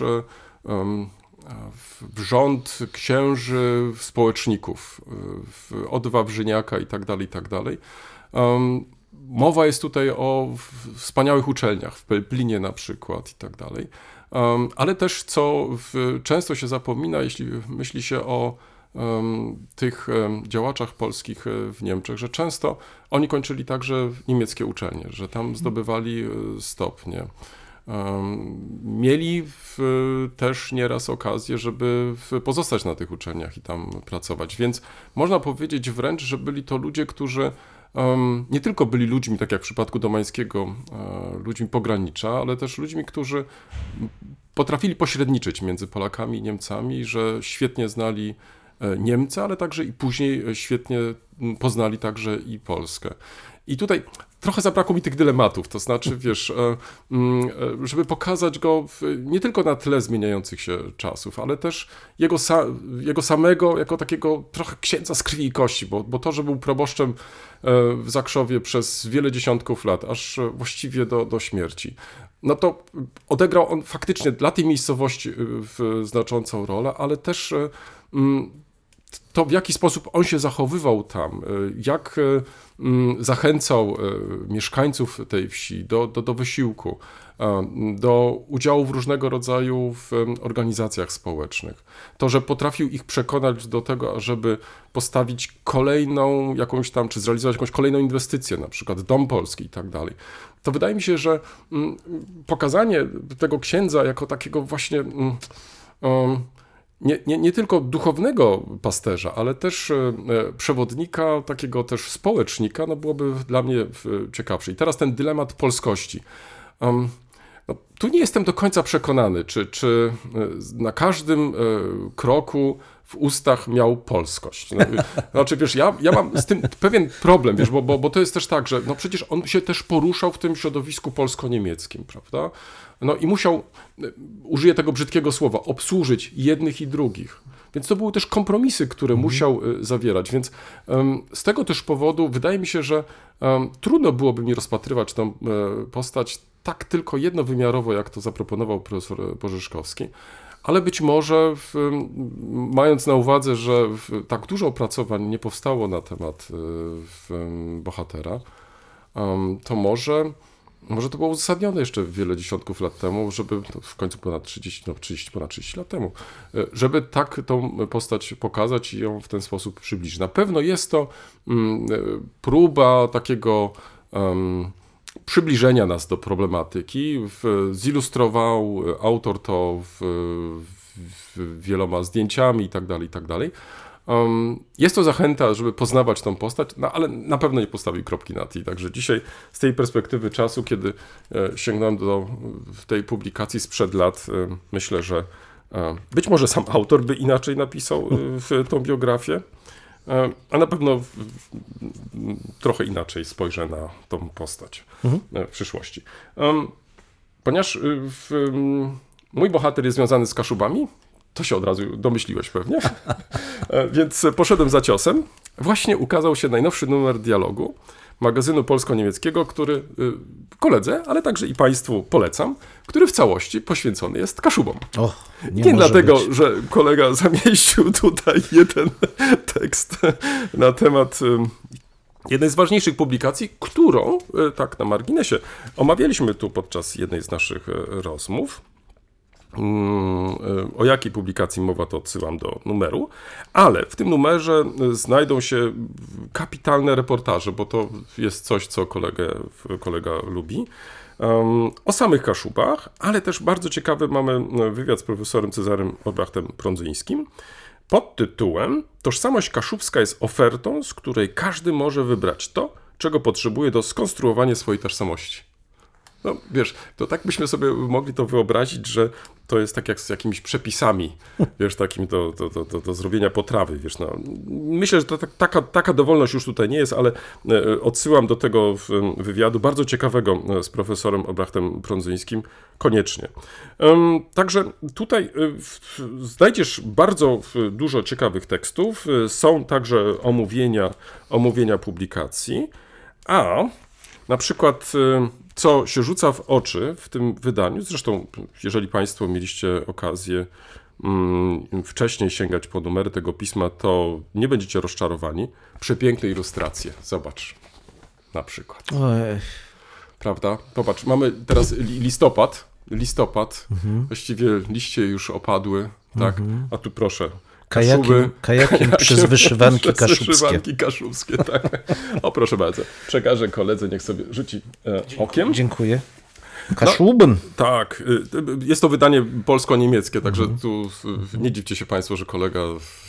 w rząd księży, społeczników, od Wawrzyniaka i tak dalej, i tak dalej. Mowa jest tutaj o wspaniałych uczelniach, w Pelplinie na przykład i tak dalej, ale też co w, często się zapomina, jeśli myśli się o um, tych um, działaczach polskich w Niemczech, że często oni kończyli także niemieckie uczelnie, że tam zdobywali stopnie. Um, mieli w, też nieraz okazję, żeby w, pozostać na tych uczelniach i tam pracować, więc można powiedzieć wręcz, że byli to ludzie, którzy Um, nie tylko byli ludźmi, tak jak w przypadku Domańskiego, e, ludźmi pogranicza, ale też ludźmi, którzy potrafili pośredniczyć między Polakami i Niemcami, że świetnie znali e, Niemcy, ale także i później świetnie poznali także i Polskę. I tutaj trochę zabrakło mi tych dylematów, to znaczy, wiesz, żeby pokazać go nie tylko na tle zmieniających się czasów, ale też jego, sa- jego samego jako takiego trochę księdza z krwi i kości, bo, bo to, że był proboszczem w Zakrzowie przez wiele dziesiątków lat, aż właściwie do, do śmierci, no to odegrał on faktycznie dla tej miejscowości znaczącą rolę, ale też to, w jaki sposób on się zachowywał tam, jak zachęcał mieszkańców tej wsi do, do, do wysiłku, do udziału w różnego rodzaju w organizacjach społecznych. To, że potrafił ich przekonać do tego, żeby postawić kolejną jakąś tam, czy zrealizować jakąś kolejną inwestycję, na przykład Dom Polski i tak dalej. To wydaje mi się, że pokazanie tego księdza jako takiego właśnie um, Nie, nie, nie tylko duchownego pasterza, ale też przewodnika, takiego też społecznika, no byłoby dla mnie ciekawsze. I teraz ten dylemat polskości. Um, no, tu nie jestem do końca przekonany, czy, czy na każdym kroku w ustach miał polskość. No, znaczy, wiesz, ja, ja mam z tym pewien problem, wiesz, bo, bo, bo to jest też tak, że no przecież on się też poruszał w tym środowisku polsko-niemieckim, prawda? No i musiał, użyję tego brzydkiego słowa, obsłużyć jednych i drugich. Więc to były też kompromisy, które mhm. musiał zawierać. Więc um, z tego też powodu wydaje mi się, że um, trudno byłoby mi rozpatrywać tę postać tak tylko jednowymiarowo, jak to zaproponował profesor Porzeszkowski. Ale być może, w, mając na uwadze, że w, tak dużo opracowań nie powstało na temat w, bohatera, um, to może, może to było uzasadnione jeszcze wiele dziesiątków lat temu, żeby, w końcu ponad trzydzieści, no trzydzieści, ponad trzydzieści lat temu, żeby tak tą postać pokazać i ją w ten sposób przybliżyć. Na pewno jest to um, próba takiego um, przybliżenia nas do problematyki. W, zilustrował autor to w, w wieloma zdjęciami i tak dalej, i tak dalej. Um, jest to zachęta, żeby poznawać tą postać, no, ale na pewno nie postawił kropki nad i. Także dzisiaj z tej perspektywy czasu, kiedy e, sięgnąłem do tej publikacji sprzed lat, e, myślę, że e, być może sam autor by inaczej napisał e, w tą biografię, a na pewno w, w, trochę inaczej spojrzę na tą postać mhm. w przyszłości. Um, ponieważ w, mój bohater jest związany z Kaszubami, to się od razu domyśliłeś pewnie, więc poszedłem za ciosem. Właśnie ukazał się najnowszy numer Dialogu, magazynu polsko-niemieckiego, który koledze, ale także i państwu polecam, który w całości poświęcony jest Kaszubom. O, nie nie dlatego, być. że kolega zamieścił tutaj jeden tekst na temat jednej z ważniejszych publikacji, którą, tak na marginesie, omawialiśmy tu podczas jednej z naszych rozmów. O jakiej publikacji mowa, to odsyłam do numeru, ale w tym numerze znajdą się kapitalne reportaże, bo to jest coś, co kolegę, kolega lubi, um, o samych Kaszubach, ale też bardzo ciekawy mamy wywiad z profesorem Cezarym Olbrachtem Prądzyńskim pod tytułem „Tożsamość kaszubska jest ofertą, z której każdy może wybrać to, czego potrzebuje do skonstruowania swojej tożsamości”. No wiesz, to tak byśmy sobie mogli to wyobrazić, że to jest tak jak z jakimiś przepisami, wiesz, takim do, do, do, do, do zrobienia potrawy, wiesz, no. Myślę, że to tak, taka, taka dowolność już tutaj nie jest, ale odsyłam do tego wywiadu bardzo ciekawego z profesorem Olbrachtem Prądzyńskim koniecznie. Także tutaj znajdziesz bardzo dużo ciekawych tekstów, są także omówienia, omówienia publikacji, a na przykład co się rzuca w oczy w tym wydaniu, zresztą jeżeli Państwo mieliście okazję um, wcześniej sięgać po numery tego pisma, to nie będziecie rozczarowani. Przepiękne ilustracje, zobacz, na przykład. Oj. Prawda? Popatrz, mamy teraz listopad, listopad, mhm. właściwie liście już opadły, tak? Mhm. A tu proszę, Kajakiem, kajakiem, kajakiem przez wyszywanki przez kaszubskie. Wyszywanki kaszubskie, tak. O, proszę bardzo. Przekażę koledze, niech sobie rzuci e, okiem. Dziękuję. Kaszuben. No, tak. Jest to wydanie polsko-niemieckie, także mhm. tu nie dziwcie się Państwo, że kolega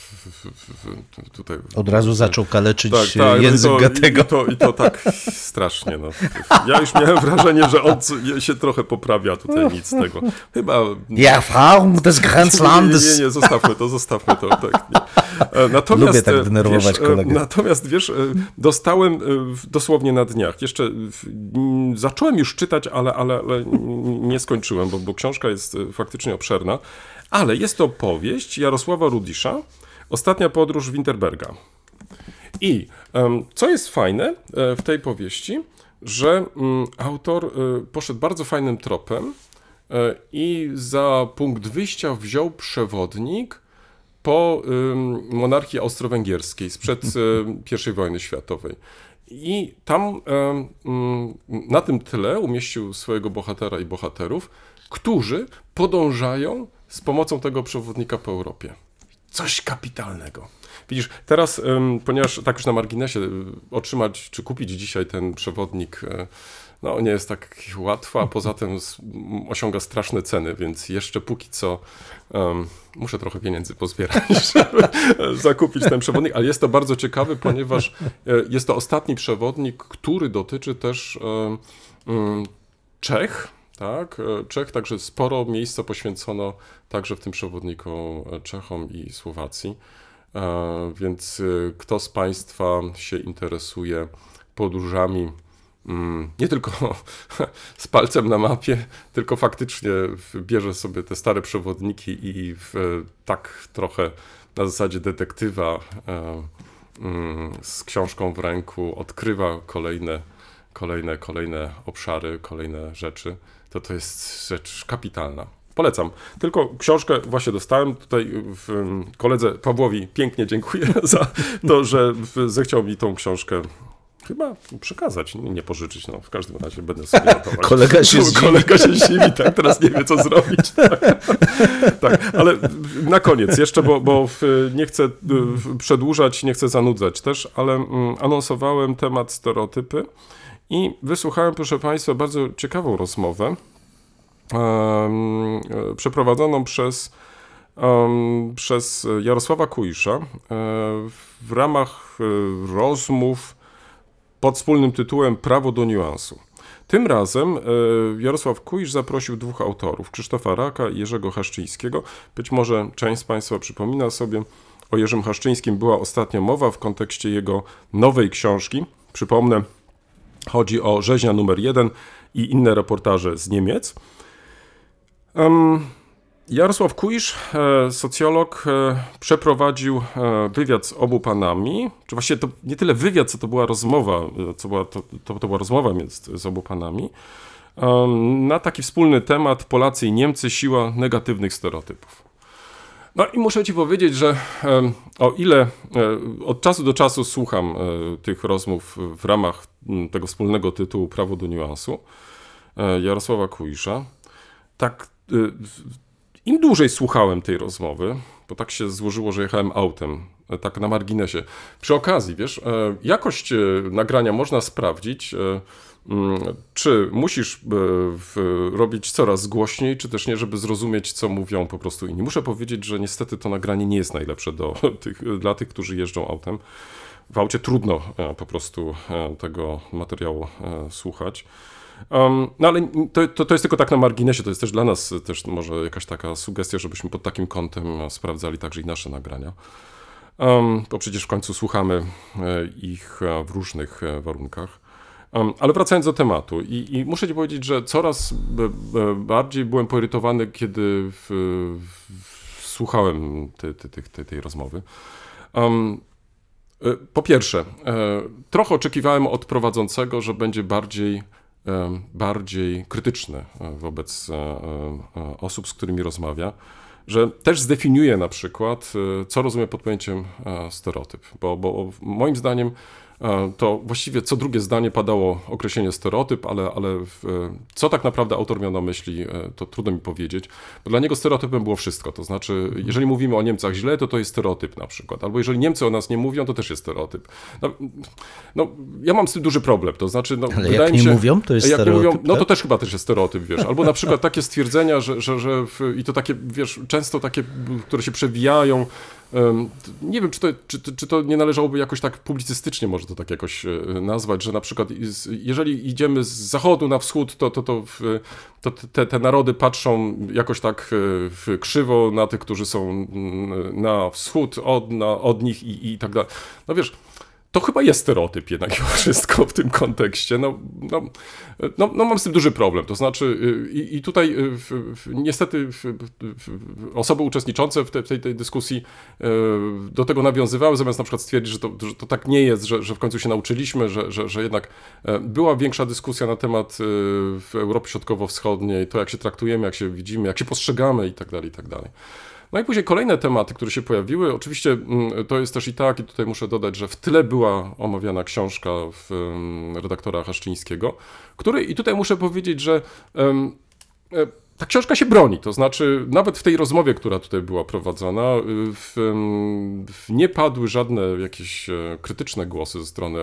w, w, tutaj... Od razu zaczął kaleczyć tak, tak, język no i to, Goethego. I to, I to tak strasznie. No. Ja już miałem wrażenie, że on się trochę poprawia tutaj, nic z tego. Chyba... Die Erfahrung des Grenzlandes. Nie, nie, nie, zostawmy to, zostawmy to. Tak, nie. Natomiast, Lubię tak denerwować wiesz, kolegę. Natomiast, wiesz, dostałem dosłownie na dniach, jeszcze zacząłem już czytać, ale, ale, ale nie skończyłem, bo, bo książka jest faktycznie obszerna, ale jest to powieść Jarosława Rudisza, Ostatnia podróż Winterberga. I um, co jest fajne w tej powieści, że um, autor um, poszedł bardzo fajnym tropem um, i za punkt wyjścia wziął przewodnik po um, monarchii austro-węgierskiej sprzed um, pierwszej wojny światowej. I tam um, na tym tle umieścił swojego bohatera i bohaterów, którzy podążają z pomocą tego przewodnika po Europie. Coś kapitalnego. Widzisz, teraz, um, ponieważ tak już na marginesie, otrzymać czy kupić dzisiaj ten przewodnik no, nie jest tak łatwo, a poza tym osiąga straszne ceny, więc jeszcze póki co um, muszę trochę pieniędzy pozbierać, żeby zakupić ten przewodnik, ale jest to bardzo ciekawy, ponieważ jest to ostatni przewodnik, który dotyczy też um, um, Czech, tak, Czech, także sporo miejsca poświęcono także w tym przewodniku Czechom i Słowacji, e, więc kto z Państwa się interesuje podróżami mm, nie tylko z palcem na mapie, tylko faktycznie bierze sobie te stare przewodniki i w, tak trochę na zasadzie detektywa e, mm, z książką w ręku odkrywa kolejne, kolejne, kolejne obszary, kolejne rzeczy, to to jest rzecz kapitalna. Polecam. Tylko książkę właśnie dostałem. Tutaj w, koledze Pawłowi pięknie dziękuję za to, że zechciał mi tą książkę chyba przekazać, nie, nie pożyczyć. No, w każdym razie będę sobie notować. Kolega się zdziwi. Kolega się zdziwi, tak, teraz nie wie, co zrobić. Tak, tak. Ale na koniec jeszcze, bo, bo nie chcę przedłużać, nie chcę zanudzać też, ale anonsowałem temat stereotypy i wysłuchałem, proszę Państwa, bardzo ciekawą rozmowę Um, przeprowadzoną przez, um, przez Jarosława Kuisza um, w ramach um, rozmów pod wspólnym tytułem Prawo do niuansu. Tym razem um, Jarosław Kuisz zaprosił dwóch autorów, Krzysztofa Raka i Jerzego Haszczyńskiego. Być może część z Państwa przypomina sobie, o Jerzym Haszczyńskim była ostatnio mowa w kontekście jego nowej książki. Przypomnę, chodzi o Rzeźnia numer jeden i inne reportaże z Niemiec. Um, Jarosław Kuisz, e, socjolog, e, przeprowadził e, wywiad z obu panami, czy właściwie to nie tyle wywiad, co to była rozmowa, co była, to, to, to była rozmowa między, z obu panami, um, na taki wspólny temat Polacy i Niemcy, siła negatywnych stereotypów. No i muszę Ci powiedzieć, że e, o ile e, od czasu do czasu słucham e, tych rozmów w ramach m, tego wspólnego tytułu Prawo do niuansu e, Jarosława Kuisza, tak im dłużej słuchałem tej rozmowy, bo tak się złożyło, że jechałem autem, tak na marginesie. Przy okazji, wiesz, jakość nagrania można sprawdzić, czy musisz robić coraz głośniej, czy też nie, żeby zrozumieć, co mówią po prostu inni. Muszę powiedzieć, że niestety to nagranie nie jest najlepsze do tych, dla tych, którzy jeżdżą autem. W aucie trudno po prostu tego materiału słuchać. Um, no ale to, to, to jest tylko tak na marginesie, to jest też dla nas też może jakaś taka sugestia, żebyśmy pod takim kątem sprawdzali także i nasze nagrania. Um, bo przecież w końcu słuchamy ich w różnych warunkach. Um, ale wracając do tematu i, i muszę Ci powiedzieć, że coraz b, b, bardziej byłem poirytowany, kiedy w, w, słuchałem te, te, te, te, tej rozmowy. Um, po pierwsze, trochę oczekiwałem od prowadzącego, że będzie bardziej bardziej krytyczny wobec osób, z którymi rozmawia, że też zdefiniuje na przykład, co rozumie pod pojęciem stereotyp, bo, bo moim zdaniem to właściwie co drugie zdanie padało określenie stereotyp, ale, ale w, co tak naprawdę autor miał na myśli, to trudno mi powiedzieć, bo dla niego stereotypem było wszystko, to znaczy jeżeli mówimy o Niemcach źle, to to jest stereotyp na przykład, albo jeżeli Niemcy o nas nie mówią, to też jest stereotyp. No, no ja mam z tym duży problem, to znaczy no, ale wydaje jak mi się, nie mówią, to jest jak stereotyp, nie mówią, no to tak? też chyba też jest stereotyp, wiesz, albo na przykład takie stwierdzenia, że, że, że w, i to takie, wiesz, często takie, które się przewijają, Nie wiem, czy to, czy, czy to nie należałoby jakoś tak publicystycznie może to tak jakoś nazwać, że na przykład jeżeli idziemy z zachodu na wschód, to, to, to, to te, te narody patrzą jakoś tak krzywo na tych, którzy są na wschód od, na, od nich i, i tak dalej. No wiesz, to chyba jest stereotyp jednak wszystko w tym kontekście. No, no, no, no mam z tym duży problem. To znaczy i, i tutaj w, w, niestety w, w, osoby uczestniczące w, te, w tej, tej dyskusji do tego nawiązywały, zamiast na przykład stwierdzić, że to, że to tak nie jest, że, że w końcu się nauczyliśmy, że, że, że jednak była większa dyskusja na temat w Europie Środkowo-Wschodniej, to jak się traktujemy, jak się widzimy, jak się postrzegamy i tak dalej, i tak dalej. No i później kolejne tematy, które się pojawiły. Oczywiście to jest też i tak, i tutaj muszę dodać, że w tyle była omawiana książka w, redaktora Haszczyńskiego, który, i tutaj muszę powiedzieć, że um, ta książka się broni, to znaczy nawet w tej rozmowie, która tutaj była prowadzona, w, w nie padły żadne jakieś krytyczne głosy ze strony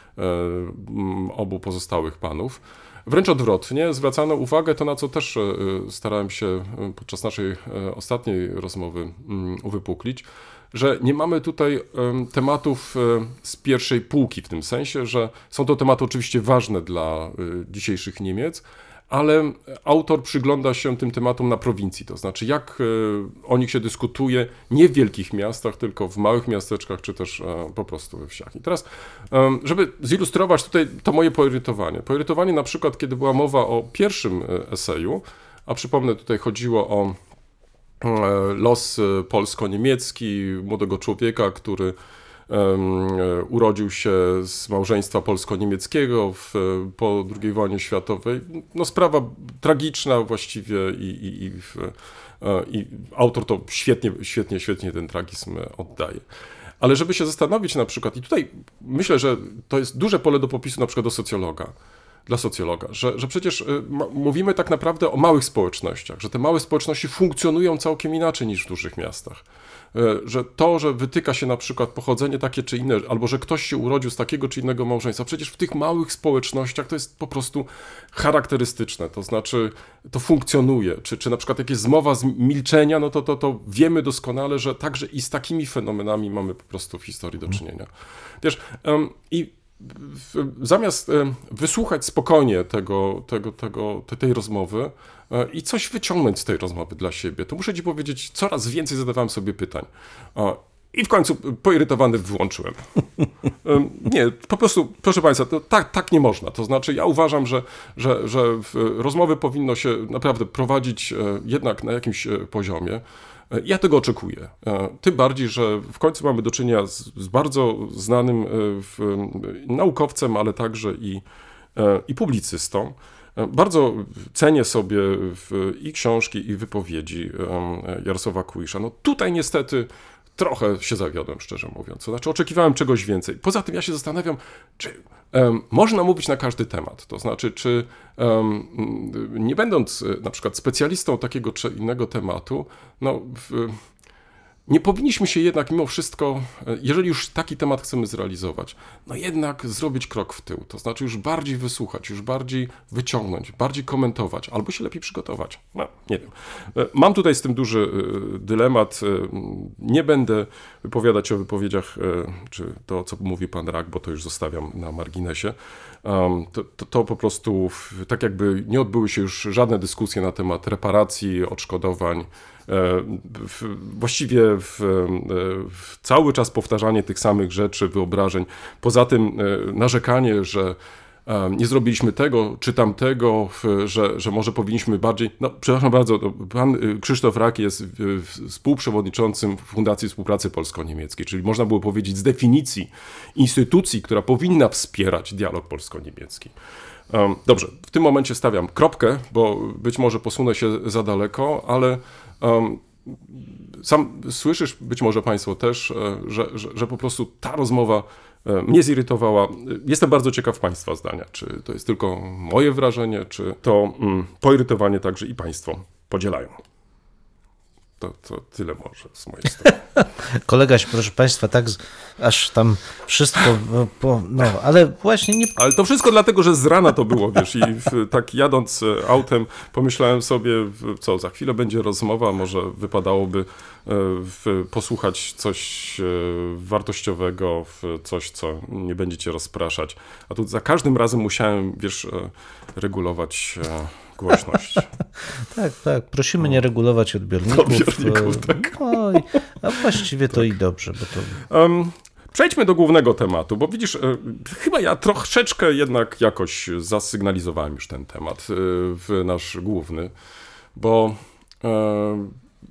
obu pozostałych panów. Wręcz odwrotnie, zwracano uwagę, to na co też starałem się podczas naszej ostatniej rozmowy uwypuklić, że nie mamy tutaj tematów z pierwszej półki, w tym sensie, że są to tematy oczywiście ważne dla dzisiejszych Niemiec, ale autor przygląda się tym tematom na prowincji, to znaczy jak o nich się dyskutuje nie w wielkich miastach, tylko w małych miasteczkach, czy też po prostu we wsiach. I teraz, żeby zilustrować tutaj to moje poirytowanie. Poirytowanie na przykład, kiedy była mowa o pierwszym eseju, a przypomnę, tutaj chodziło o los polsko-niemiecki młodego człowieka, który urodził się z małżeństwa polsko-niemieckiego w, po drugiej wojnie światowej. No sprawa tragiczna właściwie i, i, i, w, i autor to świetnie, świetnie, świetnie ten tragizm oddaje. Ale żeby się zastanowić na przykład, i tutaj myślę, że to jest duże pole do popisu na przykład do socjologa, dla socjologa, że, że przecież mówimy tak naprawdę o małych społecznościach, że te małe społeczności funkcjonują całkiem inaczej niż w dużych miastach. Że to, że wytyka się na przykład pochodzenie takie czy inne, albo że ktoś się urodził z takiego czy innego małżeństwa, przecież w tych małych społecznościach to jest po prostu charakterystyczne, to znaczy to funkcjonuje, czy, czy na przykład jakieś zmowa z milczenia, no to, to, to wiemy doskonale, że także i z takimi fenomenami mamy po prostu w historii do czynienia. Wiesz, um, i zamiast wysłuchać spokojnie tego, tego, tego, tej rozmowy i coś wyciągnąć z tej rozmowy dla siebie, to muszę ci powiedzieć, coraz więcej zadawałem sobie pytań. I w końcu poirytowany wyłączyłem. Nie, po prostu, proszę Państwa, to tak, tak nie można. To znaczy, ja uważam, że, że, że rozmowy powinno się naprawdę prowadzić jednak na jakimś poziomie. Ja tego oczekuję. Tym bardziej, że w końcu mamy do czynienia z, z bardzo znanym w, naukowcem, ale także i, i publicystą. Bardzo cenię sobie w, i książki, i wypowiedzi Jarosława Kułisza. No tutaj niestety trochę się zawiodłem, szczerze mówiąc. To znaczy oczekiwałem czegoś więcej. Poza tym ja się zastanawiam, czy um, można mówić na każdy temat. To znaczy, czy um, nie będąc na przykład specjalistą takiego czy innego tematu, no w, nie powinniśmy się jednak mimo wszystko, jeżeli już taki temat chcemy zrealizować, no jednak zrobić krok w tył. To znaczy już bardziej wysłuchać, już bardziej wyciągnąć, bardziej komentować, albo się lepiej przygotować. No, nie wiem. Mam tutaj z tym duży dylemat. Nie będę wypowiadać o wypowiedziach, czy to, co mówi pan Rak, bo to już zostawiam na marginesie. To, to, to po prostu tak jakby nie odbyły się już żadne dyskusje na temat reparacji, odszkodowań. Właściwie w, w cały czas powtarzanie tych samych rzeczy, wyobrażeń. Poza tym narzekanie, że nie zrobiliśmy tego czy tamtego, że, że może powinniśmy bardziej... No, przepraszam bardzo, pan Krzysztof Rak jest współprzewodniczącym Fundacji Współpracy Polsko-Niemieckiej, czyli można było powiedzieć z definicji instytucji, która powinna wspierać dialog polsko-niemiecki. Dobrze, w tym momencie stawiam kropkę, bo być może posunę się za daleko, ale um, sam słyszysz, być może Państwo też, że, że, że po prostu ta rozmowa mnie zirytowała. Jestem bardzo ciekaw Państwa zdania, czy to jest tylko moje wrażenie, czy to um, poirytowanie także i Państwo podzielają. To, to tyle może z mojej strony. Kolega się, proszę Państwa, tak z, aż tam wszystko, no, po, no, ale właśnie nie... Ale to wszystko dlatego, że z rana to było, wiesz, i w, tak jadąc autem pomyślałem sobie, co, za chwilę będzie rozmowa, może wypadałoby e, w, posłuchać coś e, wartościowego, w coś, co nie będzie cię rozpraszać. A tu za każdym razem musiałem, wiesz, e, regulować e, głośność. Tak, tak, prosimy nie regulować odbiorników. Odbiorników, e, tak. No, i, a właściwie to i dobrze, bo to... Um, Przejdźmy do głównego tematu, bo widzisz, e, chyba ja troszeczkę jednak jakoś zasygnalizowałem już ten temat e, w nasz główny, bo e,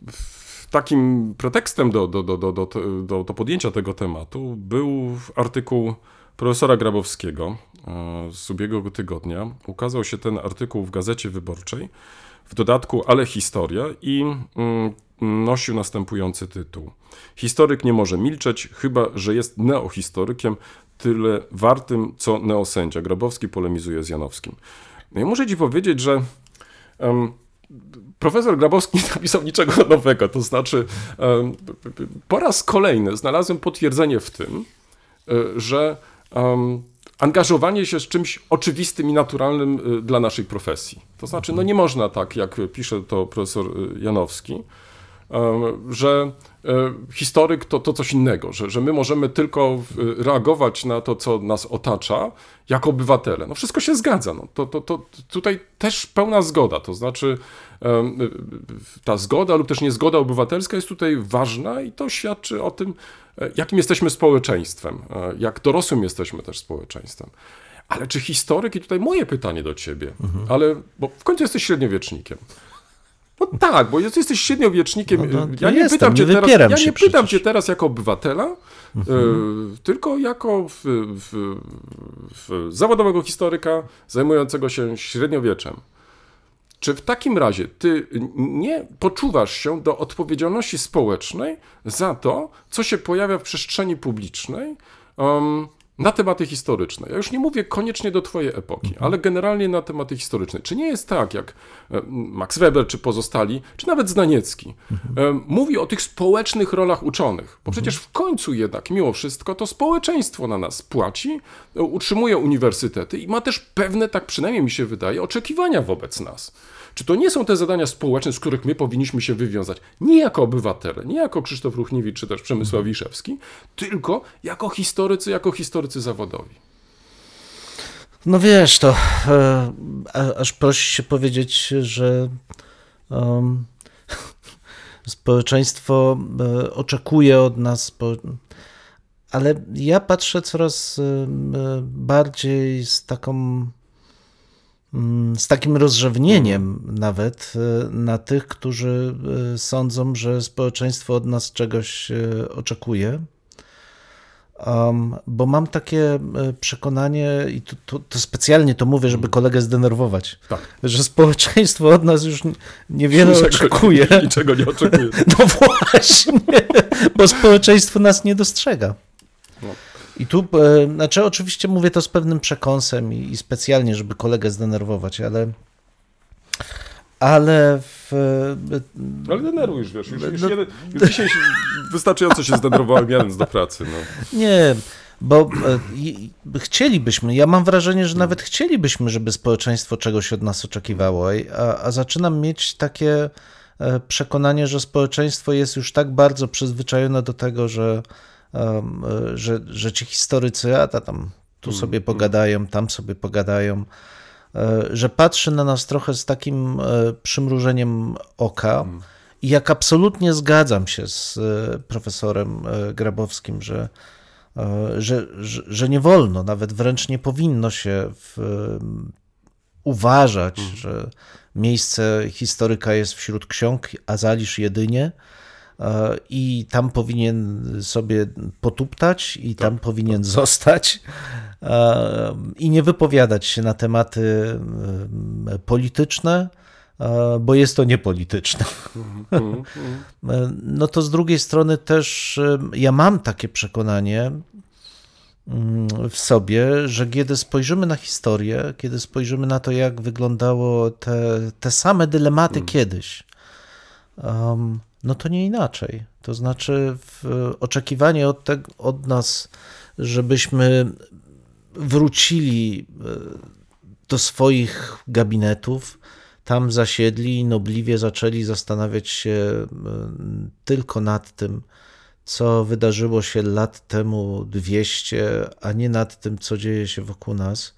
takim pretekstem do, do, do, do, do, do, do podjęcia tego tematu był artykuł profesora Grabowskiego e, z ubiegłego tygodnia. Ukazał się ten artykuł w Gazecie Wyborczej, w dodatku Ale historia i mm, nosił następujący tytuł. Historyk nie może milczeć, chyba że jest neohistorykiem, tyle wartym, co neosędzia. Grabowski polemizuje z Janowskim. No i muszę ci powiedzieć, że um, profesor Grabowski nie napisał niczego nowego, to znaczy um, po raz kolejny znalazłem potwierdzenie w tym, że um, angażowanie się z czymś oczywistym i naturalnym y, dla naszej profesji. To znaczy, no nie można tak, jak pisze to profesor Janowski, um, że y, historyk to, to coś innego, że, że my możemy tylko y, reagować na to, co nas otacza, jako obywatele. No wszystko się zgadza. No, to, to, to tutaj też pełna zgoda. To znaczy, um, y, ta zgoda lub też niezgoda obywatelska jest tutaj ważna i to świadczy o tym, jakim jesteśmy społeczeństwem, jak dorosłym jesteśmy też społeczeństwem. Ale czy historyk, i tutaj moje pytanie do ciebie, mhm. ale, bo w końcu jesteś średniowiecznikiem. No tak, bo jesteś średniowiecznikiem. No, no, ja nie jestem, pytam cię nie teraz, ja nie pytam przecież. cię teraz jako obywatela, mhm. y, tylko jako w, w, w zawodowego historyka zajmującego się średniowieczem. Czy w takim razie ty nie poczuwasz się do odpowiedzialności społecznej za to, co się pojawia w przestrzeni publicznej um, na tematy historyczne? Ja już nie mówię koniecznie do twojej epoki, mhm. ale generalnie na tematy historyczne. Czy nie jest tak, jak Max Weber, czy pozostali, czy nawet Znaniecki, mhm. um, mówi o tych społecznych rolach uczonych? Bo przecież w końcu jednak, mimo wszystko, to społeczeństwo na nas płaci, utrzymuje uniwersytety i ma też pewne, tak przynajmniej mi się wydaje, oczekiwania wobec nas. Czy to nie są te zadania społeczne, z których my powinniśmy się wywiązać? Nie jako obywatele, nie jako Krzysztof Ruchniewicz, czy też Przemysław Wiszewski, tylko jako historycy, jako historycy zawodowi. No wiesz, to e, aż prosi się powiedzieć, że um, społeczeństwo e, oczekuje od nas, po, ale ja patrzę coraz e, bardziej z taką z takim rozrzewnieniem nawet na tych, którzy sądzą, że społeczeństwo od nas czegoś oczekuje. Um, bo mam takie przekonanie, i to, to, to specjalnie to mówię, żeby kolegę zdenerwować, tak. że społeczeństwo od nas już niewiele niczego, oczekuje. Niczego nie oczekuje. No właśnie, bo społeczeństwo nas nie dostrzega. No. I tu, e, znaczy oczywiście mówię to z pewnym przekąsem i, i specjalnie, żeby kolegę zdenerwować, ale ale w... Ale denerwujesz, wiesz, już, już, no, jeden, już dzisiaj wystarczająco się zdenerwowałem jadąc do pracy. No. Nie, bo e, chcielibyśmy, ja mam wrażenie, że nawet chcielibyśmy, żeby społeczeństwo czegoś od nas oczekiwało, a, a zaczynam mieć takie przekonanie, że społeczeństwo jest już tak bardzo przyzwyczajone do tego, że Um, że, że ci historycy, a tam tu sobie pogadają, tam sobie pogadają, że patrzy na nas trochę z takim przymrużeniem oka i jak absolutnie zgadzam się z profesorem Grabowskim, że, że, że, że nie wolno, nawet wręcz nie powinno się w, uważać, mm. że miejsce historyka jest wśród ksiąg, a zalisz jedynie, i tam powinien sobie potuptać i tam tak, powinien tak. zostać i nie wypowiadać się na tematy polityczne, bo jest to niepolityczne. No to z drugiej strony też ja mam takie przekonanie w sobie, że kiedy spojrzymy na historię, kiedy spojrzymy na to, jak wyglądało te, te same dylematy hmm. kiedyś, um, no to nie inaczej. To znaczy w, oczekiwanie od, te, od nas, żebyśmy wrócili do swoich gabinetów, tam zasiedli i nobliwie zaczęli zastanawiać się tylko nad tym, co wydarzyło się lat temu dwieście, a nie nad tym, co dzieje się wokół nas,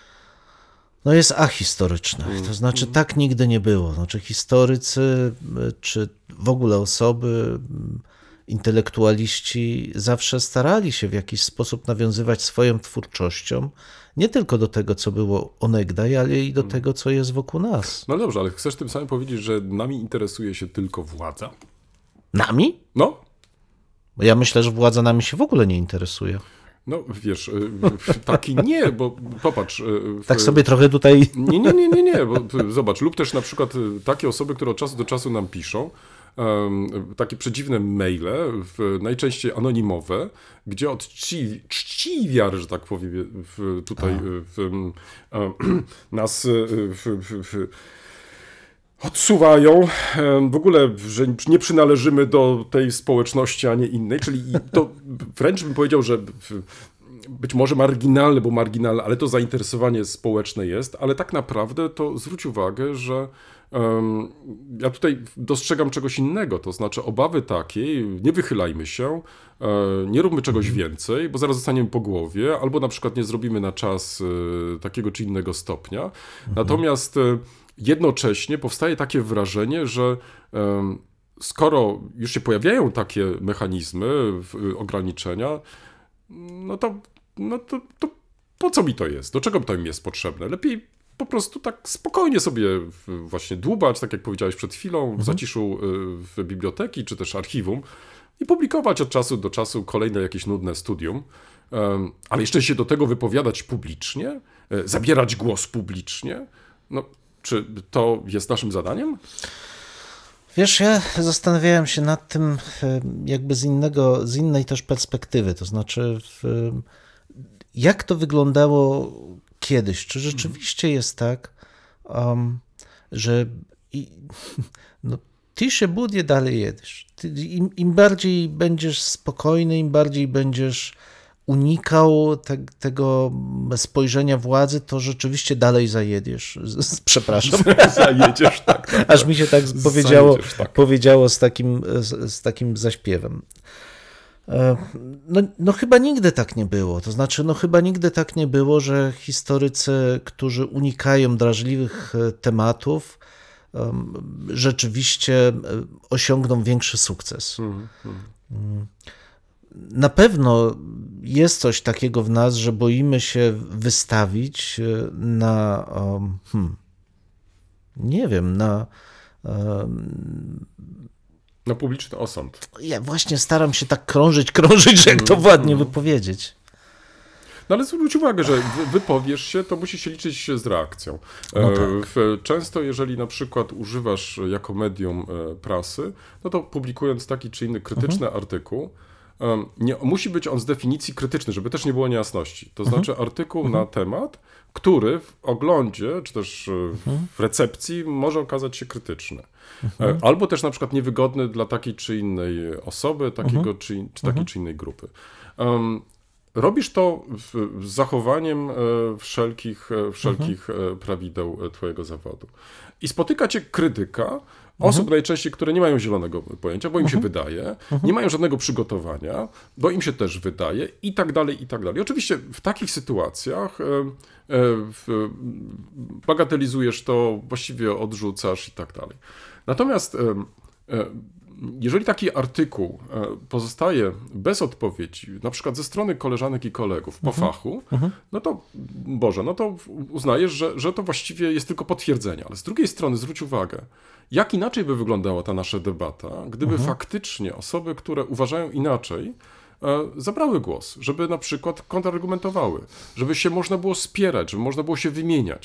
no jest ahistoryczne. To znaczy tak nigdy nie było. Znaczy historycy, czy w ogóle osoby, intelektualiści zawsze starali się w jakiś sposób nawiązywać swoją twórczością nie tylko do tego, co było onegdaj, ale i do tego, co jest wokół nas. No dobrze, ale chcesz tym samym powiedzieć, że nami interesuje się tylko władza? Nami? No, Bo ja myślę, że władza nami się w ogóle nie interesuje. no wiesz, y, taki nie, bo popatrz. y, w- Tak sobie trochę tutaj... Nie, nie, nie, nie, nie, bo y, zobacz, lub też na przykład y, takie osoby, które od czasu do czasu nam piszą, em, takie przedziwne maile, w, najczęściej anonimowe, gdzie od czci, czci wiary, że tak powiem, w, tutaj y, w, em, em, nas y, w, w, w, odsuwają em, w ogóle, że nie przynależymy do tej społeczności, a nie innej, czyli i to wręcz bym powiedział, że w, być może marginalne, bo marginalne, ale to zainteresowanie społeczne jest, ale tak naprawdę to zwróć uwagę, że um, ja tutaj dostrzegam czegoś innego, to znaczy obawy takiej, nie wychylajmy się, e, nie róbmy czegoś więcej, bo zaraz zostaniemy po głowie, albo na przykład nie zrobimy na czas e, takiego czy innego stopnia. Natomiast e, jednocześnie powstaje takie wrażenie, że em, skoro już się pojawiają takie mechanizmy, w- ograniczenia, no to, no to, to po co mi to jest? Do czego to mi jest potrzebne? Lepiej po prostu tak spokojnie sobie w- właśnie dłubać, tak jak powiedziałeś przed chwilą, w zaciszu y, w biblioteki czy też archiwum i publikować od czasu do czasu kolejne jakieś nudne studium, Em, ale jeszcze się do tego wypowiadać publicznie, e, zabierać głos publicznie, no czy to jest naszym zadaniem? Wiesz, ja zastanawiałem się nad tym e, jakby z innego, z innej też perspektywy, to znaczy w, jak to wyglądało kiedyś, czy rzeczywiście jest tak, um, że i, no, ty się budzie dalej jedziesz. Ty, im, Im bardziej będziesz spokojny, im bardziej będziesz unikał te, tego spojrzenia władzy, to rzeczywiście dalej zajedziesz. Z- z- Przepraszam. Zajedziesz, tak. tak. Aż mi się tak powiedziało, Zajedziesz, tak. powiedziało z takim, z, z takim zaśpiewem. E, No, no chyba nigdy tak nie było. To znaczy, no chyba nigdy tak nie było, że historycy, którzy unikają drażliwych e, tematów, em, rzeczywiście e, osiągną większy sukces. Mhm, mhm. Na pewno jest coś takiego w nas, że boimy się wystawić e, na, um, hmm, nie wiem, na um, Na publiczny osąd. ja właśnie staram się tak krążyć, krążyć, że jak to ładnie wypowiedzieć. No ale zwróć uwagę, że wy- wypowiesz się, to musi się liczyć się z reakcją. No E, tak. w- Często jeżeli na przykład używasz jako medium e, prasy, no to publikując taki czy inny krytyczny Mhm. artykuł, em, nie, musi być on z definicji krytyczny, żeby też nie było niejasności. To Mhm. znaczy artykuł na temat, który w oglądzie, czy też e, Mhm. w recepcji może okazać się krytyczny. E, Albo też na przykład niewygodny dla takiej czy innej osoby, takiego Mhm. czy, czy takiej czy innej grupy. Em, Robisz to w, z zachowaniem e, wszelkich, e, wszelkich e, prawideł e, twojego zawodu. I spotyka cię krytyka osób najczęściej, które nie mają zielonego pojęcia, bo im się wydaje, nie mają żadnego przygotowania, bo im się też wydaje i tak dalej, i tak dalej. Oczywiście w takich sytuacjach e, e, w, bagatelizujesz to, właściwie odrzucasz i tak dalej. Natomiast e, e, jeżeli taki artykuł e, pozostaje bez odpowiedzi, na przykład ze strony koleżanek i kolegów po fachu, no to Boże, no to uznajesz, że, że to właściwie jest tylko potwierdzenie. Ale z drugiej strony zwróć uwagę, jak inaczej by wyglądała ta nasza debata, gdyby faktycznie osoby, które uważają inaczej, e, zabrały głos, żeby na przykład kontrargumentowały, żeby się można było spierać, żeby można było się wymieniać.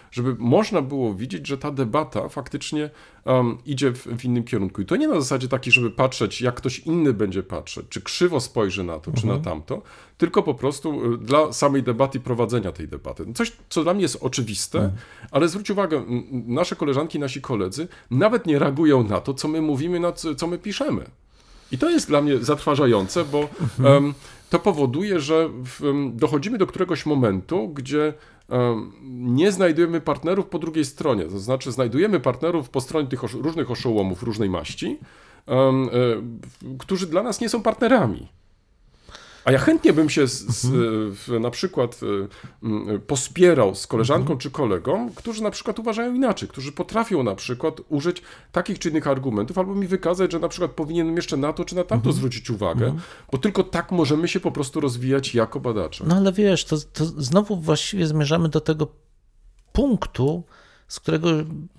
żeby można było widzieć, że ta debata faktycznie um, idzie w, w innym kierunku. I to nie na zasadzie takiej, żeby patrzeć, jak ktoś inny będzie patrzeć, czy krzywo spojrzy na to, czy Mhm. na tamto, tylko po prostu dla samej debaty i prowadzenia tej debaty. Coś, co dla mnie jest oczywiste, mhm. ale zwróć uwagę, m, nasze koleżanki, nasi koledzy nawet nie reagują na to, co my mówimy, na co, co my piszemy. I to jest dla mnie zatrważające, bo mhm. um, to powoduje, że w, um, dochodzimy do któregoś momentu, gdzie um, nie znajdujemy partnerów po drugiej stronie. To znaczy znajdujemy partnerów po stronie tych oszo- różnych oszołomów różnej maści, um, y, którzy dla nas nie są partnerami. A ja chętnie bym się z, z, w, na przykład y, pospierał z koleżanką mhm. czy kolegą, którzy na przykład uważają inaczej, którzy potrafią na przykład użyć takich czy innych argumentów, albo mi wykazać, że na przykład powinienem jeszcze na to czy na tamto mhm. zwrócić uwagę, mhm. bo tylko tak możemy się po prostu rozwijać jako badacze. No ale wiesz, to, to znowu właściwie zmierzamy do tego punktu, z którego,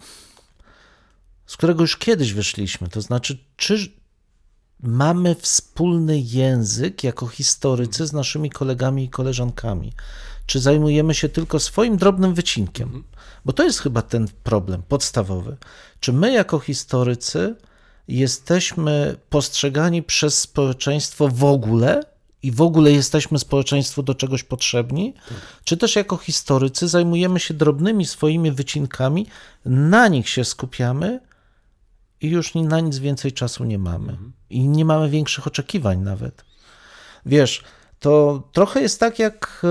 z którego już kiedyś wyszliśmy. To znaczy, czy mamy wspólny język jako historycy z naszymi kolegami i koleżankami? Czy zajmujemy się tylko swoim drobnym wycinkiem? Bo to jest chyba ten problem podstawowy. Czy my jako historycy jesteśmy postrzegani przez społeczeństwo w ogóle i w ogóle jesteśmy społeczeństwu do czegoś potrzebni? Tak. Czy też jako historycy zajmujemy się drobnymi swoimi wycinkami, na nich się skupiamy i już na nic więcej czasu nie mamy. Mhm. I nie mamy większych oczekiwań nawet. Wiesz, to trochę jest tak jak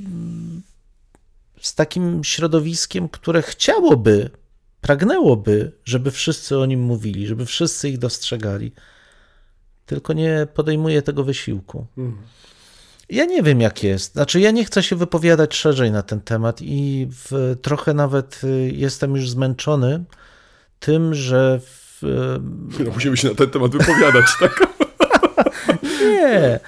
z takim środowiskiem, które chciałoby, pragnęłoby, żeby wszyscy o nim mówili, żeby wszyscy ich dostrzegali, tylko nie podejmuje tego wysiłku. Mhm. Ja nie wiem, jak jest. Znaczy, ja nie chcę się wypowiadać szerzej na ten temat i w, trochę nawet jestem już zmęczony tym, że w, No, musimy się na ten temat wypowiadać, tak? Nie,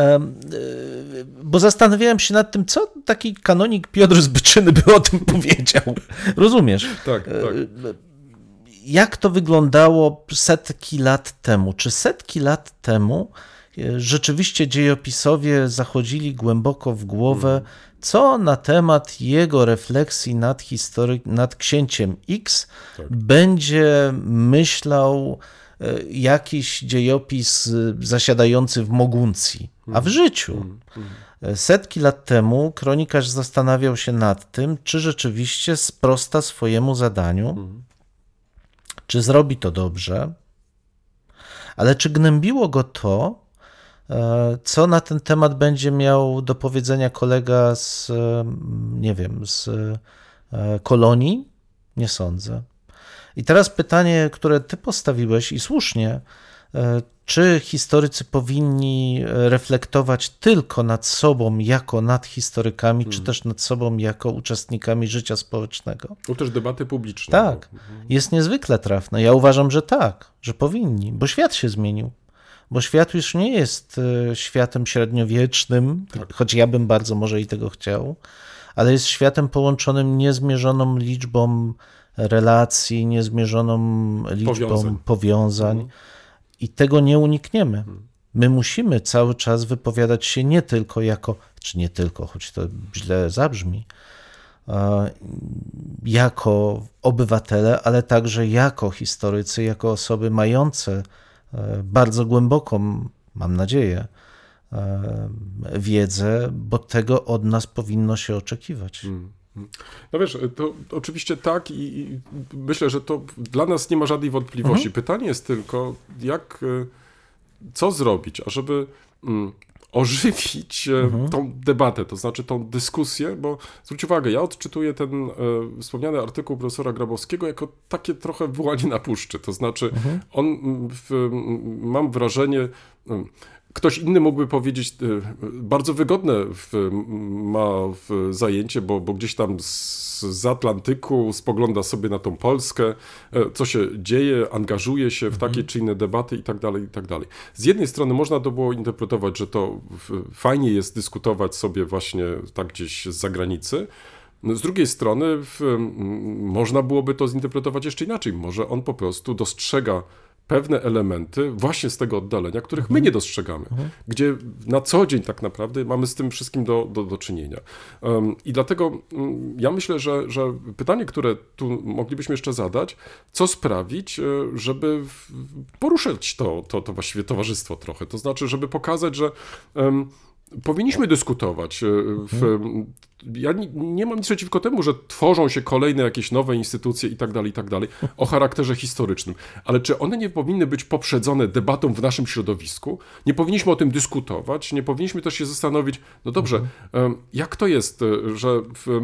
bo zastanawiałem się nad tym, co taki kanonik Piotr z Byczyny by o tym powiedział. Rozumiesz? Tak, tak. Jak to wyglądało setki lat temu? Czy setki lat temu rzeczywiście dziejopisowie zachodzili głęboko w głowę, co na temat jego refleksji nad, history- nad księciem X tak. będzie myślał jakiś dziejopis zasiadający w Moguncji, a w życiu. Setki lat temu kronikarz zastanawiał się nad tym, czy rzeczywiście sprosta swojemu zadaniu, czy zrobi to dobrze, ale czy gnębiło go to, co na ten temat będzie miał do powiedzenia kolega z, nie wiem, z kolonii? Nie sądzę. I teraz pytanie, które ty postawiłeś i słusznie, czy historycy powinni reflektować tylko nad sobą jako nad historykami, hmm. czy też nad sobą jako uczestnikami życia społecznego? To też debaty publiczne. Tak, jest niezwykle trafne. Ja uważam, że tak, że powinni, bo świat się zmienił. Bo świat już nie jest światem średniowiecznym, tak. choć ja bym bardzo może i tego chciał, ale jest światem połączonym niezmierzoną liczbą relacji, niezmierzoną liczbą powiązań, powiązań mhm. i tego nie unikniemy. My musimy cały czas wypowiadać się nie tylko jako, czy nie tylko, choć to źle zabrzmi, jako obywatele, ale także jako historycy, jako osoby mające bardzo głęboką, mam nadzieję, wiedzę, bo tego od nas powinno się oczekiwać. Hmm. No wiesz, to oczywiście tak i, i myślę, że to dla nas nie ma żadnej wątpliwości. Mhm. Pytanie jest tylko, jak, co zrobić, ażeby mm, ożywić mhm. tą debatę, to znaczy tą dyskusję, bo zwróć uwagę, ja odczytuję ten e, wspomniany artykuł profesora Grabowskiego jako takie trochę wołanie na puszczy, to znaczy mhm. on, w, mam wrażenie, ktoś inny mógłby powiedzieć, bardzo wygodne w, ma w zajęcie, bo, bo gdzieś tam z, z Atlantyku spogląda sobie na tą Polskę, co się dzieje, angażuje się w takie mhm. czy inne debaty i tak dalej, i tak dalej. Z jednej strony można to było interpretować, że to fajnie jest dyskutować sobie właśnie tak gdzieś z zagranicy. Z drugiej strony w, można byłoby to zinterpretować jeszcze inaczej. Może on po prostu dostrzega pewne elementy właśnie z tego oddalenia, których my nie dostrzegamy, gdzie na co dzień tak naprawdę mamy z tym wszystkim do, do, do czynienia. Um, I dlatego um, ja myślę, że, że pytanie, które tu moglibyśmy jeszcze zadać, co sprawić, e, żeby w, poruszyć to, to, to właściwie towarzystwo trochę, to znaczy, żeby pokazać, że um, powinniśmy dyskutować. W, ja nie, nie mam nic przeciwko temu, że tworzą się kolejne jakieś nowe instytucje i tak dalej, i tak dalej, o charakterze historycznym. Ale czy one nie powinny być poprzedzone debatą w naszym środowisku? Nie powinniśmy o tym dyskutować, nie powinniśmy też się zastanowić, no dobrze, jak to jest, że w,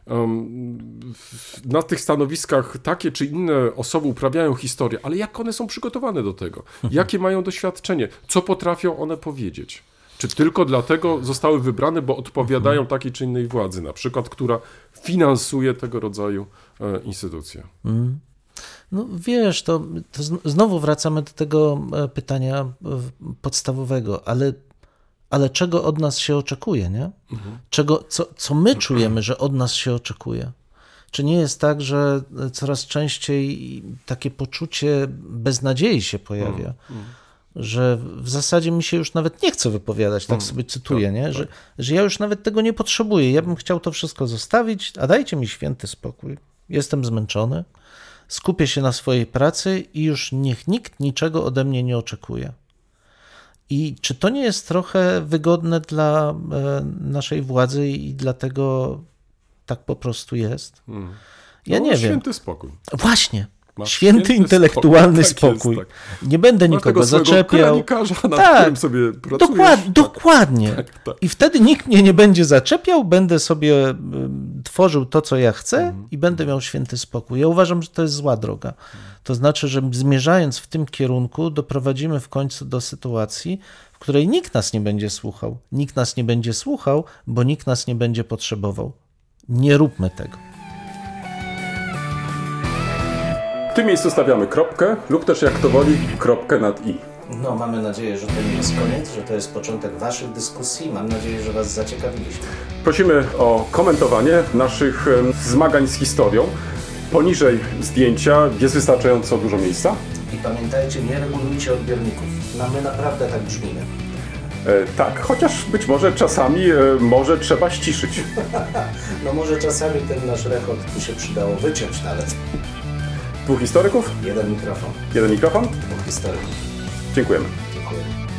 na tych stanowiskach takie czy inne osoby uprawiają historię, ale jak one są przygotowane do tego? Jakie mają doświadczenie? Co potrafią one powiedzieć? Czy tylko dlatego zostały wybrane, bo odpowiadają takiej czy innej władzy, na przykład, która finansuje tego rodzaju e, instytucje? Mm. No wiesz, to, to znowu wracamy do tego pytania podstawowego, ale, ale czego od nas się oczekuje, nie? Mhm. Czego, co, co my czujemy, że od nas się oczekuje? Czy nie jest tak, że coraz częściej takie poczucie beznadziei się pojawia? Mhm. Że w zasadzie mi się już nawet nie chce wypowiadać, tak sobie cytuję, tak, nie? tak. Że, że ja już nawet tego nie potrzebuję. Ja bym chciał to wszystko zostawić, a dajcie mi święty spokój. Jestem zmęczony, skupię się na swojej pracy i już niech nikt niczego ode mnie nie oczekuje. I czy to nie jest trochę wygodne dla e, naszej władzy i dlatego tak po prostu jest? Hmm. Ja no, nie wiem. Święty spokój. Właśnie. Masz Święty, święty intelektualny spokój. Tak spokój. jest, tak. Nie będę Masz nikogo tego swojego zaczepiał. kronikarza, nad Tak. którym sobie pracujesz. Dokład, tak. Dokładnie. Tak, tak. I wtedy nikt mnie nie będzie zaczepiał, będę sobie y, tworzył to, co ja chcę Mhm. i będę miał święty spokój. Ja uważam, że to jest zła droga. To znaczy, że zmierzając w tym kierunku, doprowadzimy w końcu do sytuacji, w której nikt nas nie będzie słuchał. Nikt nas nie będzie słuchał, bo nikt nas nie będzie potrzebował. Nie róbmy tego. W tym miejscu stawiamy kropkę lub też, jak to woli, kropkę nad i. No, mamy nadzieję, że to nie jest koniec, że to jest początek waszych dyskusji. Mam nadzieję, że was zaciekawiliśmy. Prosimy o komentowanie naszych em, zmagań z historią. Poniżej zdjęcia jest wystarczająco dużo miejsca. I pamiętajcie, nie regulujcie odbiorników. No, my naprawdę tak brzmimy. E, tak, chociaż być może czasami e, może trzeba ściszyć. No może czasami ten nasz rechot by się przydało wyciąć nawet. Dwóch historyków, Jeden mikrofon, jeden mikrofon. dwóch historyków. Dziękujemy. Dziękuję.